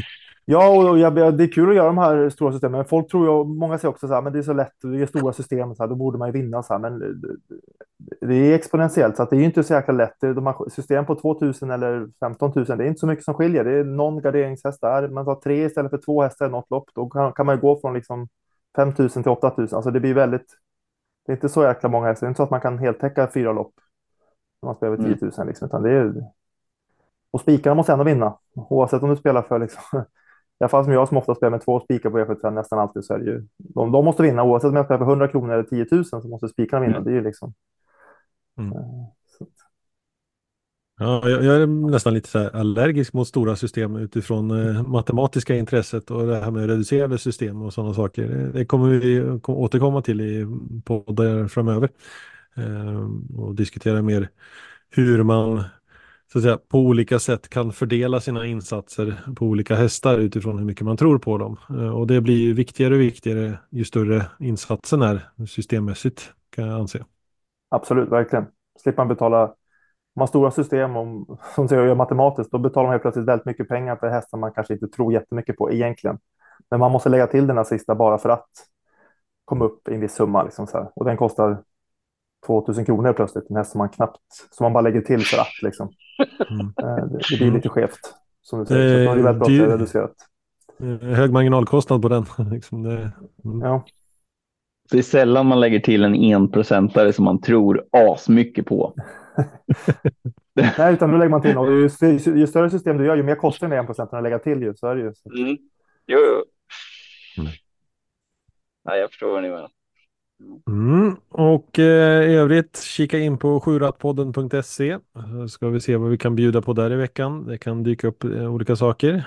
Ja, och det är kul att göra de här stora systemen. Men folk tror ju, många säger också så här, men det är så lätt, det är stora system, så här, då borde man ju vinna. Så här. Men det är exponentiellt, så att det är ju inte så jäkla lätt. De här system på 2000 eller 15 000, det är inte så mycket som skiljer. Det är någon garderingshäst där. Man tar 3 istället för 2 hästar i något lopp. Då kan man ju gå från liksom 5 000 till 8 000. Alltså det blir väldigt, det är inte så jäkla många hästar. Det är inte så att man kan heltäcka 4 lopp när man spelar över 10 000. Liksom, utan det är, och spikarna måste ändå vinna. Oavsett om du spelar för liksom, i alla fall som jag som ofta spelar med 2 spikar på V75 nästan alltid, så är det ju, de måste vinna oavsett om jag spelar för 100 kronor eller 10 000, så måste spikarna vinna. Mm. Det är ju liksom. Mm. Så. Ja, jag är nästan lite så här allergisk mot stora system utifrån matematiska intresset och det här med reducerade system och sådana saker. Det kommer vi återkomma till i poddar framöver och diskutera mer hur man så att säga, på olika sätt kan fördela sina insatser på olika hästar utifrån hur mycket man tror på dem. Och det blir ju viktigare och viktigare ju större insatsen är systemmässigt, kan jag anse. Absolut, verkligen. Slipper man betala, om man har stora system som säger gör matematiskt, då betalar man helt plötsligt väldigt mycket pengar för hästar man kanske inte tror jättemycket på egentligen. Men man måste lägga till den här sista bara för att komma upp i en viss summa. Liksom så här. Och den kostar 2000 kronor plötsligt, en häst som man bara lägger till för att. Liksom. Mm. Det blir lite skevt, som du säger. Så att då är det väldigt bra att det är Det reducerat. hög marginalkostnad på den. Liksom Ja. Det är sällan man lägger till en 1% som man tror asmycket på. Nej, utan då lägger man till något. Ju större system du gör, ju mer kostar det med 1% att lägga till. Ju, så är det ju. Mm. Jo. Mm. Ja, jag förstår vad ni menar. Och i övrigt kika in på sjurattpodden.se så ska vi se vad vi kan bjuda på där i veckan. Det kan dyka upp olika saker.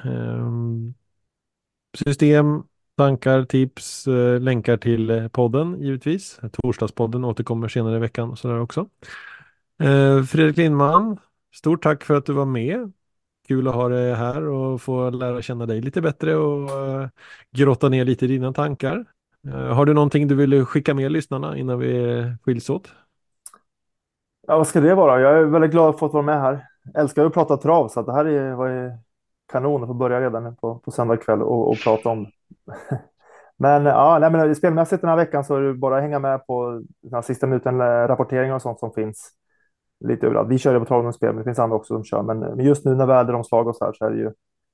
System, tankar, tips, länkar till podden givetvis. Torsdagspodden återkommer senare i veckan och sådär också. Fredrik Lindman, stort tack för att du var med. Kul att ha dig här och få lära känna dig lite bättre och grotta ner lite i dina tankar. Har du någonting du vill skicka med lyssnarna innan vi skiljs åt? Ja, vad ska det vara? Jag är väldigt glad att få vara med här. Jag älskar att prata trav, så att det här var ju kanon att få börja redan på söndag kväll och prata om det. Men ja, nej, men spelmässigt den här veckan så är det bara att hänga med på den här sista minuten rapporteringar och sånt som finns lite överallt. Vi kör ju på travens spel, men det finns andra också som kör. Men just nu när väderomslag och så här, så är det ju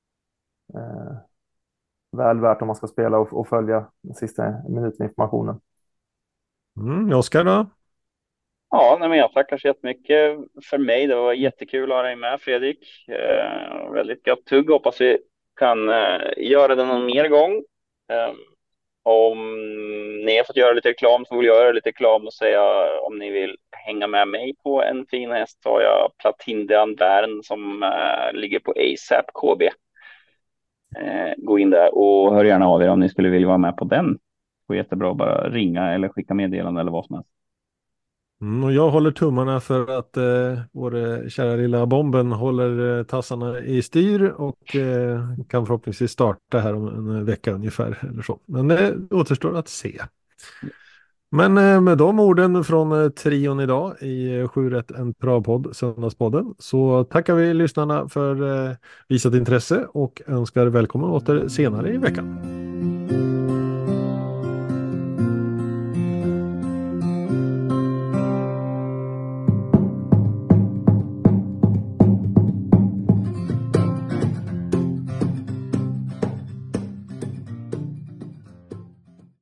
väl värt om man ska spela och följa den sista minuten informationen. Oskar då? Ja, nej, men jag tackar så jättemycket för mig. Det var jättekul att ha dig med, Fredrik. Väldigt gott tugg. Hoppas vi kan göra det någon mer gång. Om ni har fått göra lite reklam så vill jag göra lite reklam och säga om ni vill hänga med mig på en fin häst så har jag Platindian Bern som ligger på ASAP KB. Gå in där och hör gärna av er om ni skulle vilja vara med på den. Det är jättebra att bara ringa eller skicka meddelande eller vad som helst. Och jag håller tummarna för att vår kära lilla bomben håller tassarna i styr och kan förhoppningsvis starta här om en vecka ungefär eller så. Men det återstår att se. Men med de orden från trion idag i 7-1 en travpodd, Söndagspodden, så tackar vi lyssnarna för visat intresse och önskar välkommen åter senare i veckan.